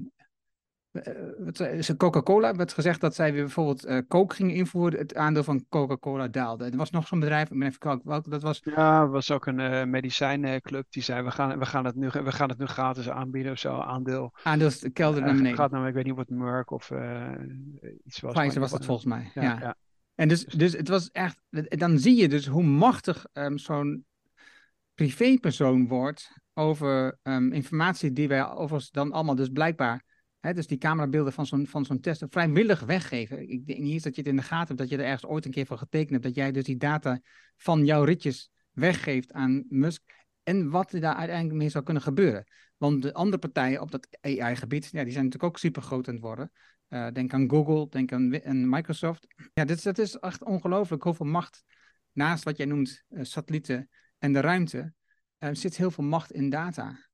Speaker 1: Coca-Cola. Werd gezegd dat zij weer bijvoorbeeld Coke gingen invoeren. Het aandeel van Coca-Cola daalde. Er was nog zo'n bedrijf. Ik ben even kijken welke dat was.
Speaker 2: ja, er was ook een medicijnenclub die zei, we gaan het nu gratis aanbieden of zo, aandeel.
Speaker 1: Aandeel kelder naar beneden.
Speaker 2: Gaat nou, ik weet niet wat Merck of iets was. Maar
Speaker 1: Pfizer
Speaker 2: in
Speaker 1: was
Speaker 2: ieder
Speaker 1: het
Speaker 2: geval,
Speaker 1: volgens mij,
Speaker 2: ja,
Speaker 1: ja.
Speaker 2: ja.
Speaker 1: En dus het was echt, dan zie je dus hoe machtig zo'n privépersoon wordt over informatie die wij overigens dan allemaal dus blijkbaar, hè, dus die camerabeelden van zo'n test, vrijwillig weggeven. Ik denk niet eens dat je het in de gaten hebt, dat je er ergens ooit een keer voor getekend hebt, dat jij dus die data van jouw ritjes weggeeft aan Musk en wat er daar uiteindelijk mee zou kunnen gebeuren. Want de andere partijen op dat AI-gebied, ja, die zijn natuurlijk ook super groot aan het worden. Denk aan Google, denk aan Microsoft. Ja, dat is echt ongelooflijk hoeveel macht, naast wat jij noemt satellieten en de ruimte, zit heel veel macht in data.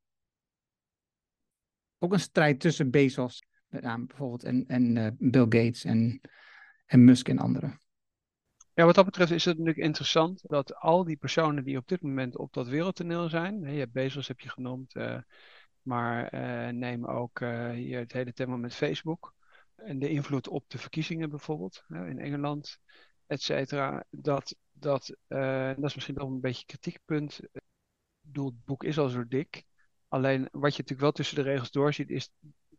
Speaker 1: Ook een strijd tussen Bezos bijvoorbeeld en Bill Gates en Musk en anderen.
Speaker 2: Ja, wat dat betreft is het natuurlijk interessant dat al die personen die op dit moment op dat wereldtoneel zijn, hè, je hebt Bezos heb je genoemd, maar neem ook hier het hele thema met Facebook en de invloed op de verkiezingen bijvoorbeeld in Engeland, et cetera. Dat is misschien nog een beetje een kritiekpunt. Ik bedoel, het boek is al zo dik. Alleen wat je natuurlijk wel tussen de regels doorziet, is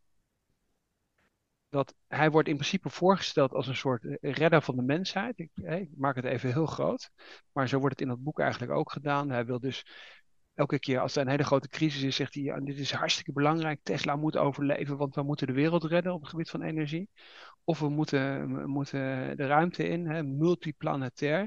Speaker 2: dat hij wordt in principe voorgesteld als een soort redder van de mensheid. Ik maak het even heel groot. Maar zo wordt het in dat boek eigenlijk ook gedaan. Hij wil dus elke keer als er een hele grote crisis is, zegt hij, ja, dit is hartstikke belangrijk. Tesla moet overleven, want we moeten de wereld redden op het gebied van energie. Of we moeten de ruimte in, multiplanetair.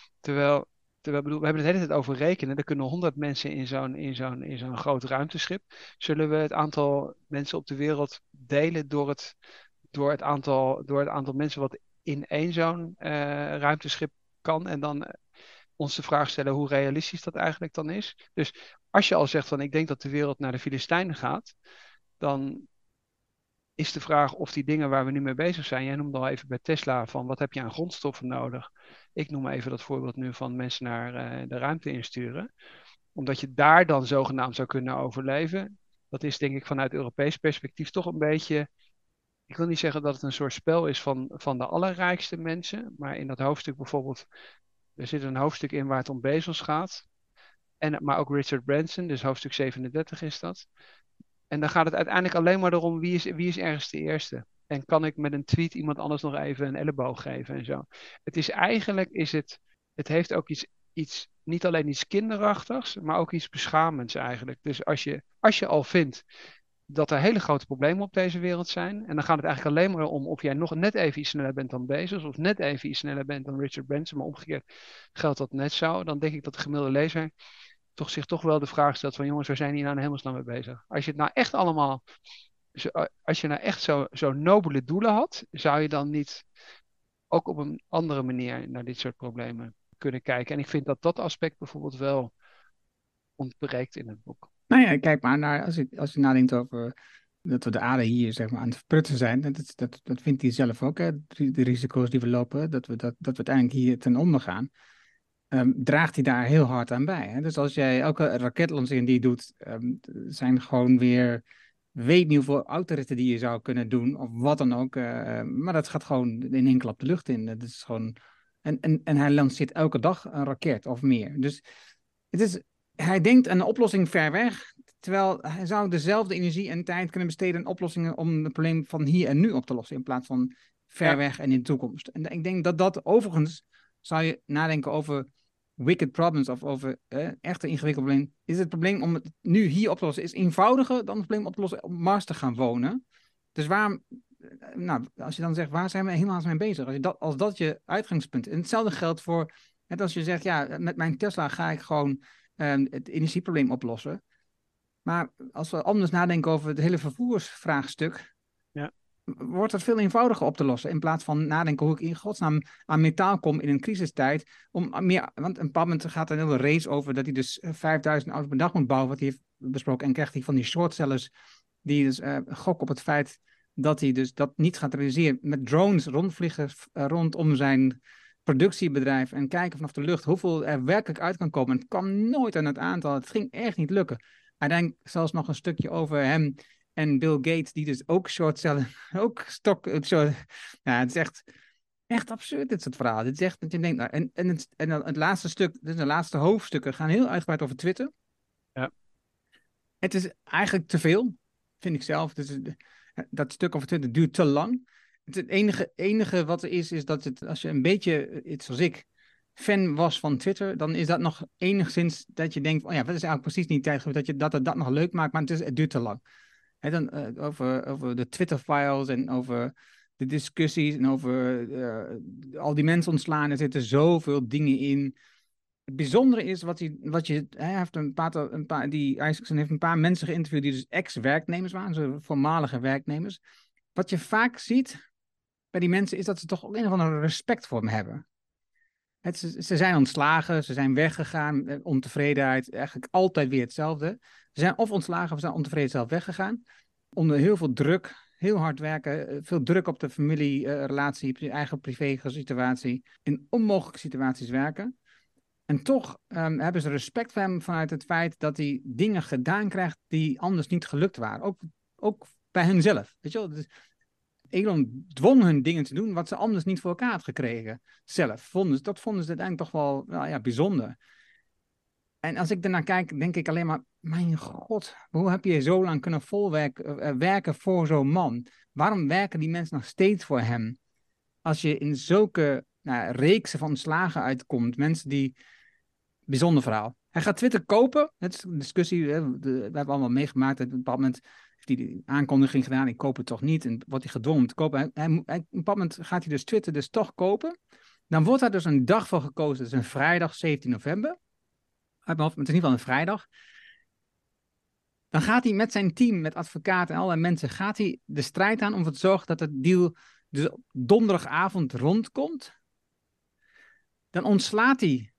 Speaker 2: Terwijl bedoel, we hebben het de hele tijd over rekenen. Er kunnen 100 mensen in zo'n groot ruimteschip. Zullen we het aantal mensen op de wereld delen door het aantal mensen wat in één zo'n ruimteschip kan? En dan ons de vraag stellen hoe realistisch dat eigenlijk dan is. Dus als je al zegt van ik denk dat de wereld naar de Filistijnen gaat, dan is de vraag of die dingen waar we nu mee bezig zijn. Jij noemde al even bij Tesla van wat heb je aan grondstoffen nodig? Ik noem even dat voorbeeld nu van mensen naar de ruimte insturen. Omdat je daar dan zogenaamd zou kunnen overleven. Dat is denk ik vanuit Europees perspectief toch een beetje. Ik wil niet zeggen dat het een soort spel is van de allerrijkste mensen. Maar in dat hoofdstuk bijvoorbeeld. Er zit een hoofdstuk in waar het om Bezos gaat. Maar ook Richard Branson, dus hoofdstuk 37 is dat. En dan gaat het uiteindelijk alleen maar erom wie is ergens de eerste. En kan ik met een tweet iemand anders nog even een elleboog geven en zo. Het is eigenlijk, het heeft ook niet alleen iets kinderachtigs, maar ook iets beschamends eigenlijk. Dus als je al vindt dat er hele grote problemen op deze wereld zijn. En dan gaat het eigenlijk alleen maar om of jij nog net even iets sneller bent dan Bezos. Of net even iets sneller bent dan Richard Branson. Maar omgekeerd geldt dat net zo. Dan denk ik dat de gemiddelde lezer zich toch wel de vraag stelt van jongens, waar zijn hier nou in hemelsnaam mee bezig? Als je het nou echt allemaal, als je nou echt zo nobele doelen had, zou je dan niet ook op een andere manier naar dit soort problemen kunnen kijken? En ik vind dat aspect bijvoorbeeld wel ontbreekt in het boek.
Speaker 1: Nou ja, kijk maar naar, als je nadenkt over dat we de aarde hier zeg maar, aan het verprutsen zijn. Dat vindt hij zelf ook, hè? De risico's die we lopen, dat we uiteindelijk hier ten onder gaan. Draagt hij daar heel hard aan bij. Hè? Dus als jij elke raketlancering die je doet, zijn gewoon weer, weet niet hoeveel autoritten die je zou kunnen doen, of wat dan ook. Maar dat gaat gewoon in één klap de lucht in. Dat is gewoon, en hij lanceert elke dag een raket of meer. Dus het is, hij denkt aan een oplossing ver weg, terwijl hij zou dezelfde energie en tijd kunnen besteden aan oplossingen om het probleem van hier en nu op te lossen, in plaats van ver
Speaker 2: Ja,
Speaker 1: weg en in de toekomst. En ik denk dat overigens, zou je nadenken over wicked problems of over echte ingewikkelde problemen, is het probleem om het nu hier op te lossen is eenvoudiger dan het probleem op te lossen op Mars te gaan wonen. Dus waarom, nou, als je dan zegt, waar zijn we helemaal mee bezig? Als dat je uitgangspunt is. En hetzelfde geldt voor, net als je zegt, ja, met mijn Tesla ga ik gewoon het energieprobleem oplossen. Maar als we anders nadenken over het hele vervoersvraagstuk,
Speaker 2: ja.
Speaker 1: wordt het veel eenvoudiger op te lossen. In plaats van nadenken hoe ik in godsnaam aan metaal kom in een crisistijd. Want een bepaald moment gaat er een hele race over dat hij dus 5000 auto's per dag moet bouwen, wat hij heeft besproken. En krijgt hij van die shortsellers die dus gokken op het feit dat hij dus dat niet gaat realiseren. Met drones rondvliegen rondom zijn productiebedrijf en kijken vanaf de lucht hoeveel er werkelijk uit kan komen. Het kwam nooit aan het aantal. Het ging echt niet lukken. Uiteindelijk zelfs nog een stukje over hem en Bill Gates, die dus ook shortcellen, ook ja, het is echt absurd, dit soort verhalen. Het is echt dat je denkt, nou, en dan het laatste stuk, dus de laatste hoofdstukken gaan heel uitgebreid over Twitter.
Speaker 2: Ja.
Speaker 1: Het is eigenlijk te veel, vind ik zelf. Dat stuk over Twitter duurt te lang. Het enige wat er is dat als je een beetje, iets zoals ik, fan was van Twitter, dan is dat nog enigszins dat je denkt, oh ja, wat is eigenlijk precies niet tijd dat het dat nog leuk maakt, maar het duurt te lang. Hè, dan, over de Twitter-files en over de discussies en over al die mensen ontslaan. Er zitten zoveel dingen in. Het bijzondere is hij heeft Isaacson heeft een paar mensen geïnterviewd die dus ex-werknemers waren, zo voormalige werknemers. Wat je vaak ziet bij die mensen is dat ze toch ook een of ander respect voor hem hebben. Ze zijn ontslagen, ze zijn weggegaan, ontevredenheid, eigenlijk altijd weer hetzelfde. Ze zijn of ontslagen of zijn ontevreden zelf weggegaan. Onder heel veel druk, heel hard werken, veel druk op de familierelatie, je eigen privé situatie, in onmogelijke situaties werken. En toch hebben ze respect voor hem vanuit het feit dat hij dingen gedaan krijgt die anders niet gelukt waren. Ook bij hunzelf. Weet je wel? Dus Elon dwong hun dingen te doen wat ze anders niet voor elkaar had gekregen. Zelf. Dat vonden ze uiteindelijk toch wel nou ja, bijzonder. En als ik ernaar kijk, denk ik alleen maar, mijn god, hoe heb je zo lang kunnen werken voor zo'n man? Waarom werken die mensen nog steeds voor hem? Als je in zulke nou, reeksen van slagen uitkomt, mensen die... Bijzonder verhaal. Hij gaat Twitter kopen. Het is een discussie, we hebben allemaal meegemaakt. Op een bepaald moment heeft hij die aankondiging gedaan, ik koop het toch niet. En wordt hij gedwongen om te kopen. Op een bepaald moment gaat hij dus Twitter dus toch kopen. Dan wordt daar dus een dag voor gekozen. Dat is een vrijdag, 17 november. Uit mijn hoofd, maar het is in ieder geval een vrijdag. Dan gaat hij met zijn team, met advocaten en allerlei mensen, gaat hij de strijd aan om ervoor te zorgen dat het deal dus op donderdagavond rondkomt. Dan ontslaat hij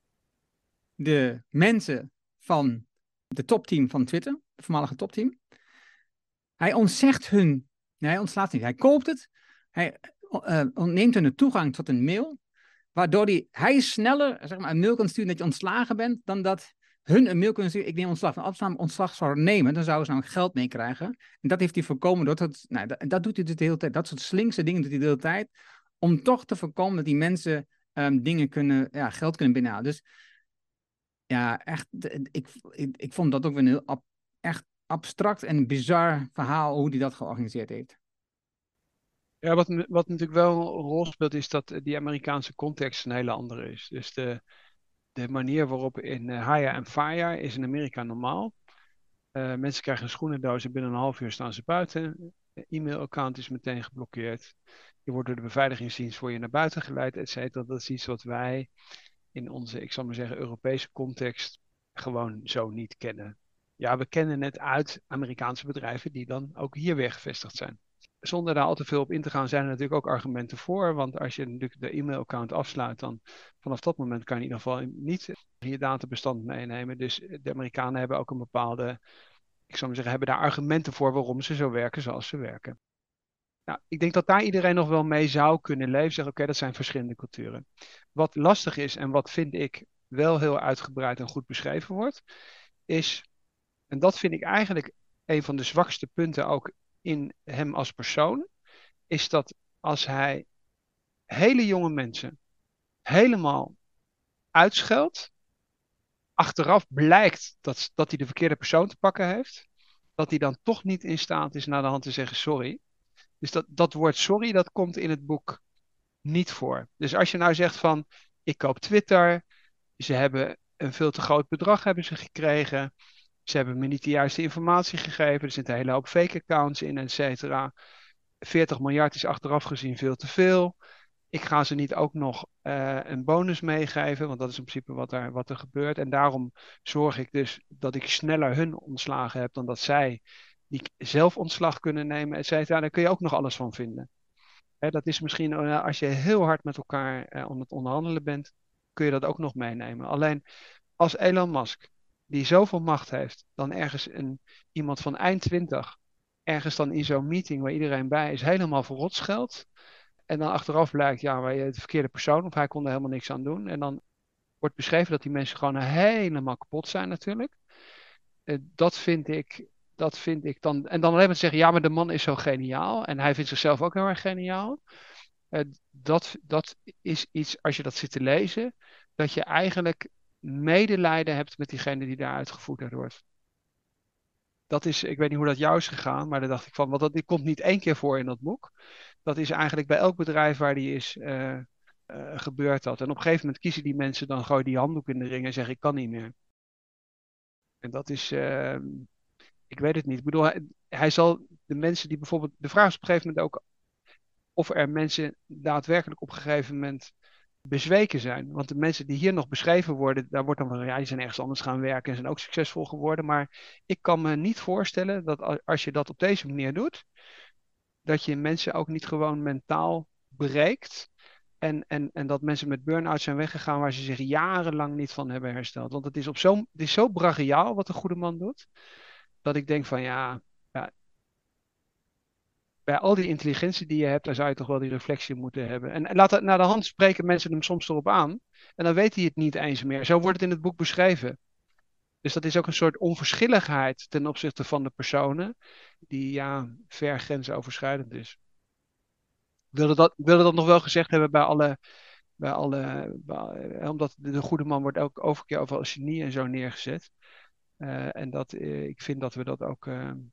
Speaker 1: de mensen van de topteam van Twitter, het voormalige topteam. Hij ontzegt hun, nee, hij ontslaat niet, hij koopt het. Hij ontneemt hun de toegang tot een mail, waardoor hij sneller zeg maar, een mail kan sturen dat je ontslagen bent, dan dat hun een mail kunnen sturen, ik neem ontslag. Als ze ontslag zouden nemen, dan zouden ze namelijk geld meekrijgen. En dat heeft hij voorkomen door dat doet hij dus de hele tijd. Dat soort slinkse dingen doet hij de hele tijd, om toch te voorkomen dat die mensen dingen kunnen, ja, geld kunnen binnenhalen. Dus ja, echt, ik vond dat ook weer een heel echt abstract en bizar verhaal hoe hij dat georganiseerd heeft.
Speaker 2: Ja, wat natuurlijk wel een rol speelt, is dat die Amerikaanse context een hele andere is. Dus de manier waarop in hire en fire is in Amerika normaal. Mensen krijgen een schoenendoos en binnen een half uur staan ze buiten. E-mailaccount is meteen geblokkeerd. Je wordt door de beveiligingsdienst voor je naar buiten geleid, et cetera. Dat is iets wat wij in onze, ik zal maar zeggen, Europese context gewoon zo niet kennen. Ja, we kennen het uit Amerikaanse bedrijven die dan ook hier weer gevestigd zijn. Zonder daar al te veel op in te gaan, zijn er natuurlijk ook argumenten voor. Want als je natuurlijk de e-mailaccount afsluit, dan vanaf dat moment kan je in ieder geval niet je databestand meenemen. Dus de Amerikanen hebben ook een bepaalde, ik zou maar zeggen, hebben daar argumenten voor waarom ze zo werken zoals ze werken. Nou, ik denk dat daar iedereen nog wel mee zou kunnen leven. Zeggen, oké, dat zijn verschillende culturen. Wat lastig is en wat vind ik wel heel uitgebreid en goed beschreven wordt, is, en dat vind ik eigenlijk een van de zwakste punten ook in hem als persoon, is dat als hij hele jonge mensen helemaal uitscheldt, achteraf blijkt dat hij de verkeerde persoon te pakken heeft, dat hij dan toch niet in staat is naar de hand te zeggen sorry. Dus dat woord sorry, dat komt in het boek niet voor. Dus als je nou zegt van, ik koop Twitter, ze hebben een veel te groot bedrag hebben ze gekregen, ze hebben me niet de juiste informatie gegeven, er zitten een hele hoop fake accounts in, et cetera. 40 miljard is achteraf gezien veel te veel. Ik ga ze niet ook nog een bonus meegeven, want dat is in principe wat er gebeurt. En daarom zorg ik dus dat ik sneller hun ontslagen heb dan dat zij die zelf ontslag kunnen nemen, et cetera. Daar kun je ook nog alles van vinden. Hè, dat is misschien, als je heel hard met elkaar om het onderhandelen bent, kun je dat ook nog meenemen. Alleen als Elon Musk, die zoveel macht heeft, dan ergens iemand van eind 20, ergens dan in zo'n meeting waar iedereen bij is, helemaal verrot scheldt. En dan achteraf blijkt, ja, maar je de verkeerde persoon, of hij kon er helemaal niks aan doen. En dan wordt beschreven dat die mensen gewoon helemaal kapot zijn natuurlijk. Dat vind ik dan. En dan alleen maar te zeggen, ja, maar de man is zo geniaal. En hij vindt zichzelf ook heel erg geniaal. Dat is iets, als je dat zit te lezen, dat je eigenlijk medelijden hebt met diegene die daar uitgevoerd wordt. Dat is, ik weet niet hoe dat jou is gegaan, maar daar dacht ik van, want dit komt niet één keer voor in dat boek. Dat is eigenlijk bij elk bedrijf waar die is, gebeurt dat. En op een gegeven moment kiezen die mensen dan gewoon die handdoek in de ring en zeggen, ik kan niet meer. En dat is, ik weet het niet. Ik bedoel, hij zal de mensen die bijvoorbeeld, de vraag is op een gegeven moment ook of er mensen daadwerkelijk op een gegeven moment bezweken zijn. Want de mensen die hier nog beschreven worden, daar wordt dan van, ja, die zijn ergens anders gaan werken en zijn ook succesvol geworden. Maar ik kan me niet voorstellen dat als je dat op deze manier doet, dat je mensen ook niet gewoon mentaal breekt En dat mensen met burn-out zijn weggegaan waar ze zich jarenlang niet van hebben hersteld. Want het is zo brachiaal wat de goede man doet. Dat ik denk van ja, bij al die intelligentie die je hebt, daar zou je toch wel die reflectie moeten hebben. En laat het naar de hand spreken mensen hem soms erop aan. En dan weet hij het niet eens meer. Zo wordt het in het boek beschreven. Dus dat is ook een soort onverschilligheid ten opzichte van de personen, die ver grensoverschrijdend is. Ik wilde dat nog wel gezegd hebben omdat de goede man wordt ook over keer over als genie en zo neergezet. En ik vind dat we dat ook,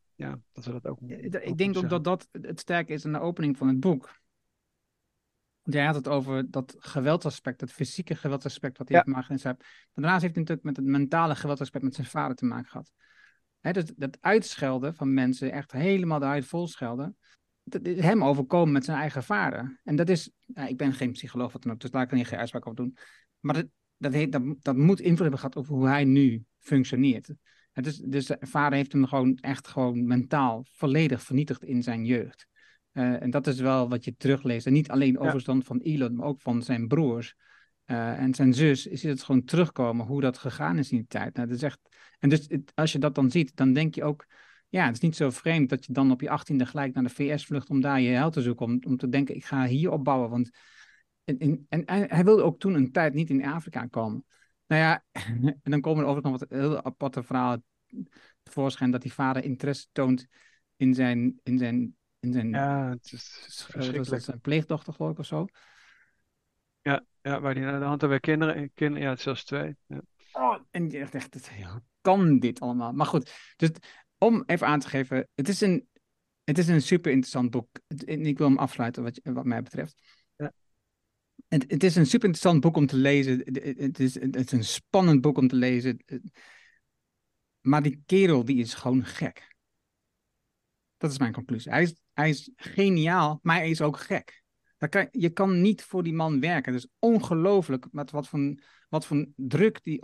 Speaker 1: Ik
Speaker 2: ook
Speaker 1: denk
Speaker 2: moeten
Speaker 1: ook dat
Speaker 2: zeggen.
Speaker 1: dat het sterke is aan de opening van het boek. Want jij had het over dat geweldsaspect, dat fysieke geweldsaspect wat hij
Speaker 2: Ja,
Speaker 1: heeft gemaakt. Maar daarnaast heeft hij natuurlijk met het mentale geweldsaspect met zijn vader te maken gehad. Dus dat uitschelden van mensen, echt helemaal de huid vol schelden, dat is hem overkomen met zijn eigen vader. En dat is, ik ben geen psycholoog wat dan ook, dus daar kan je geen uitspraak over doen. Maar dat moet invloed hebben gehad over hoe hij nu functioneert. Dus zijn vader heeft hem gewoon mentaal volledig vernietigd in zijn jeugd. En dat is wel wat je terugleest. En niet alleen
Speaker 2: ja,
Speaker 1: overstand van Elon, maar ook van zijn broers. En zijn zus, is het gewoon terugkomen hoe dat gegaan is in die tijd. Nou, dat is echt, en dus als je dat dan ziet, dan denk je ook, ja, het is niet zo vreemd dat je dan op je 18e gelijk naar de VS vlucht om daar je heil te zoeken. Om te denken, ik ga hier opbouwen. Want en hij wilde ook toen een tijd niet in Afrika komen. Nou ja, en dan komen er overigens nog wat heel aparte verhalen tevoorschijn dat die vader interesse toont in zijn
Speaker 2: het is
Speaker 1: wat was dat,
Speaker 2: verschrikkelijk.
Speaker 1: zijn pleegdochter geloof ik of zo.
Speaker 2: Ja, waar die naar de hand hebben kinderen, ja, het is zelfs twee. Ja.
Speaker 1: Oh, en je dacht echt, hoe kan dit allemaal? Maar goed, dus om even aan te geven, het is een super interessant boek. En ik wil hem afsluiten wat mij betreft.
Speaker 2: Ja,
Speaker 1: Het is een super interessant boek om te lezen. Het is een spannend boek om te lezen. Maar die kerel, die is gewoon gek. Dat is mijn conclusie. Hij is geniaal, maar hij is ook gek. Je kan niet voor die man werken. Het is ongelooflijk met wat voor druk die.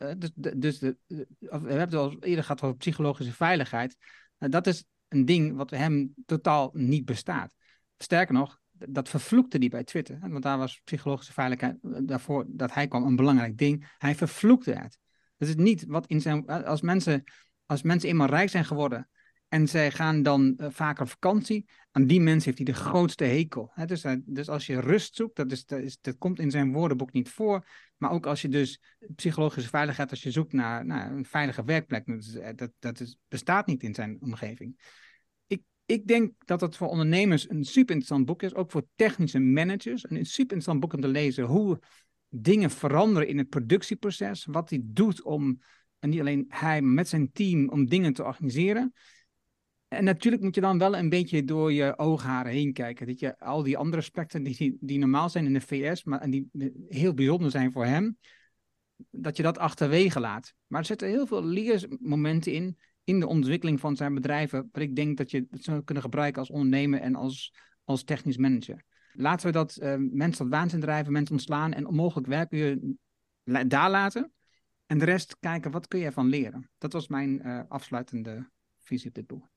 Speaker 1: We hebben het al eerder gehad over psychologische veiligheid. Dat is een ding wat hem totaal niet bestaat. Sterker nog, dat vervloekte hij bij Twitter. Want daar was psychologische veiligheid daarvoor dat hij kwam een belangrijk ding. Hij vervloekte het. Dat is niet wat in zijn. Als mensen eenmaal rijk zijn geworden en zij gaan dan vaker op vakantie. Aan die mensen heeft hij de grootste hekel. Dus als je rust zoekt, dat komt in zijn woordenboek niet voor. Maar ook als je dus psychologische veiligheid, als je zoekt naar een veilige werkplek, bestaat niet in zijn omgeving. Ik denk dat het voor ondernemers een super interessant boek is. Ook voor technische managers. Een super interessant boek om te lezen. Hoe dingen veranderen in het productieproces. Wat hij doet om, en niet alleen hij, maar met zijn team, om dingen te organiseren. En natuurlijk moet je dan wel een beetje door je oogharen heen kijken. Dat je al die andere aspecten die normaal zijn in de VS, en die heel bijzonder zijn voor hem, dat je dat achterwege laat. Maar er zitten heel veel leermomenten in de ontwikkeling van zijn bedrijven, waar ik denk dat je het zou kunnen gebruiken als ondernemer en als technisch manager. Laten we dat mensen tot waanzin drijven, mensen ontslaan en onmogelijk werken daar laten. En de rest kijken, wat kun je ervan leren? Dat was mijn afsluitende visie op dit boek.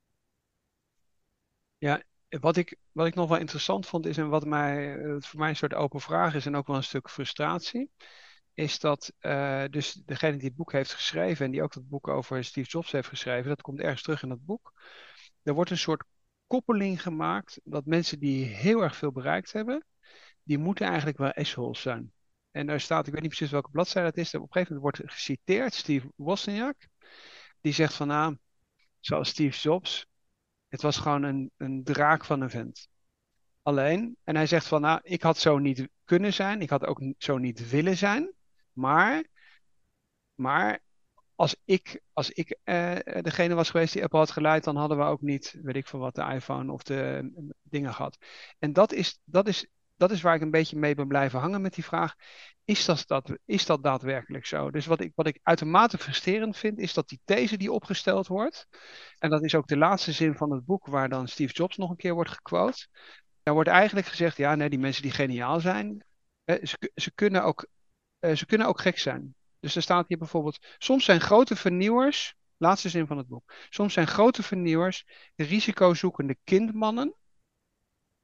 Speaker 2: ja, wat ik nog wel interessant vond is, en voor mij een soort open vraag is en ook wel een stuk frustratie, is dat dus degene die het boek heeft geschreven en die ook dat boek over Steve Jobs heeft geschreven, dat komt ergens terug in dat boek. Er wordt een soort koppeling gemaakt dat mensen die heel erg veel bereikt hebben, die moeten eigenlijk wel assholes zijn. En daar staat, ik weet niet precies welke bladzijde het is, op een gegeven moment wordt geciteerd Steve Wozniak, die zegt van zoals Steve Jobs, het was gewoon een draak van een vent. Alleen, en hij zegt van ik had zo niet kunnen zijn, ik had ook zo niet willen zijn, maar, maar als ik degene was geweest die Apple had geleid, dan hadden we ook niet, weet ik veel wat, de iPhone of de dingen gehad. En dat is waar ik een beetje mee ben blijven hangen met die vraag. Is dat daadwerkelijk zo? Dus wat ik uitermate frustrerend vind, is dat die these die opgesteld wordt, en dat is ook de laatste zin van het boek, waar dan Steve Jobs nog een keer wordt gequote. Daar wordt eigenlijk gezegd, ja, nee, die mensen die geniaal zijn, ze kunnen ook gek zijn. Dus er staat hier bijvoorbeeld, soms zijn grote vernieuwers, laatste zin van het boek, soms zijn grote vernieuwers risicozoekende kindmannen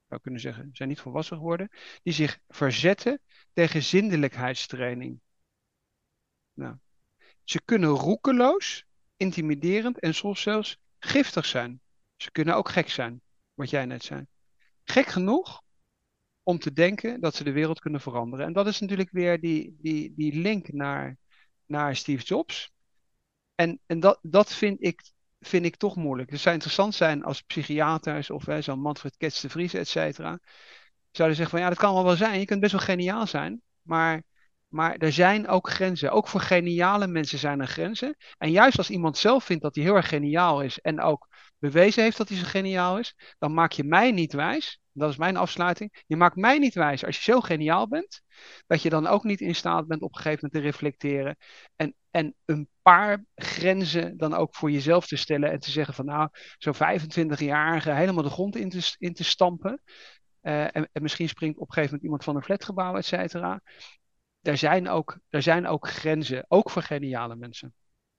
Speaker 2: zou kunnen zeggen, zijn niet volwassen geworden, die zich verzetten tegen zindelijkheidstraining. Nou, ze kunnen roekeloos, intimiderend en soms zelfs giftig zijn. Ze kunnen ook gek zijn, wat jij net zei. Gek genoeg om te denken dat ze de wereld kunnen veranderen. En dat is natuurlijk weer die link naar Steve Jobs. En dat vind ik toch moeilijk. Het zou interessant zijn als psychiaters of zo'n Manfred Kets de Vries, et cetera, zouden zeggen van ja, dat kan wel zijn. Je kunt best wel geniaal zijn, maar er zijn ook grenzen. Ook voor geniale mensen zijn er grenzen. En juist als iemand zelf vindt dat hij heel erg geniaal is en ook bewezen heeft dat hij zo geniaal is, dan maak je mij niet wijs. Dat is mijn afsluiting. Je maakt mij niet wijs als je zo geniaal bent, dat je dan ook niet in staat bent op een gegeven moment te reflecteren en een paar grenzen dan ook voor jezelf te stellen en te zeggen van nou, zo'n 25-jarige helemaal de grond in te stampen. En misschien springt op een gegeven moment iemand van een flatgebouw, et cetera. Er zijn ook grenzen, ook voor geniale mensen.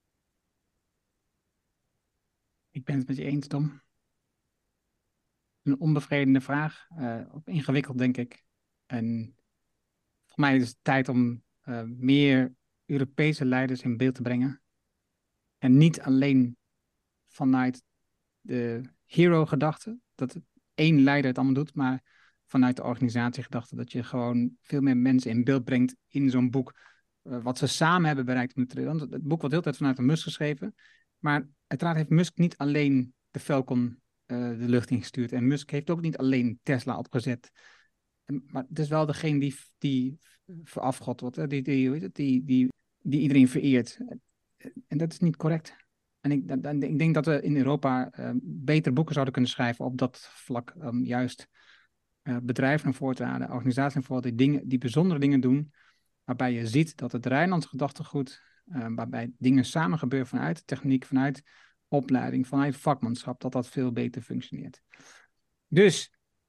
Speaker 1: Ik ben het met je eens, Tom. Een onbevredigende vraag. Ook ingewikkeld, denk ik. En voor mij is het tijd om meer Europese leiders in beeld te brengen. En niet alleen vanuit de hero-gedachte, dat het één leider het allemaal doet, maar vanuit de organisatiegedachte, dat je gewoon veel meer mensen in beeld brengt in zo'n boek, wat ze samen hebben bereikt met want het boek wordt de hele tijd vanuit Musk geschreven, maar uiteraard heeft Musk niet alleen de Falcon de lucht ingestuurd en Musk heeft ook niet alleen Tesla opgezet. Maar het is wel degene die verafgod wordt, hè? Die iedereen vereert. En dat is niet correct. En ik denk dat we in Europa betere boeken zouden kunnen schrijven op dat vlak. Juist bedrijven naar voren te halen, organisaties naar voren, die bijzondere dingen doen. Waarbij je ziet dat het Rijnlands gedachtegoed, waarbij dingen samen gebeuren vanuit techniek, vanuit opleiding, vanuit vakmanschap, dat veel beter functioneert. Dus,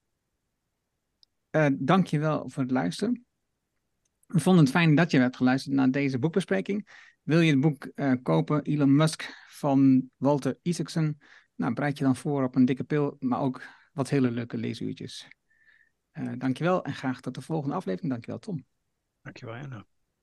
Speaker 1: dank je wel voor het luisteren. We vonden het fijn dat je hebt geluisterd naar deze boekbespreking. Wil je het boek kopen, Elon Musk van Walter Isaacson? Nou, bereid je dan voor op een dikke pil, maar ook wat hele leuke leesuurtjes. Dankjewel en graag tot de volgende aflevering. Dankjewel, Tom.
Speaker 2: Dankjewel, Anna.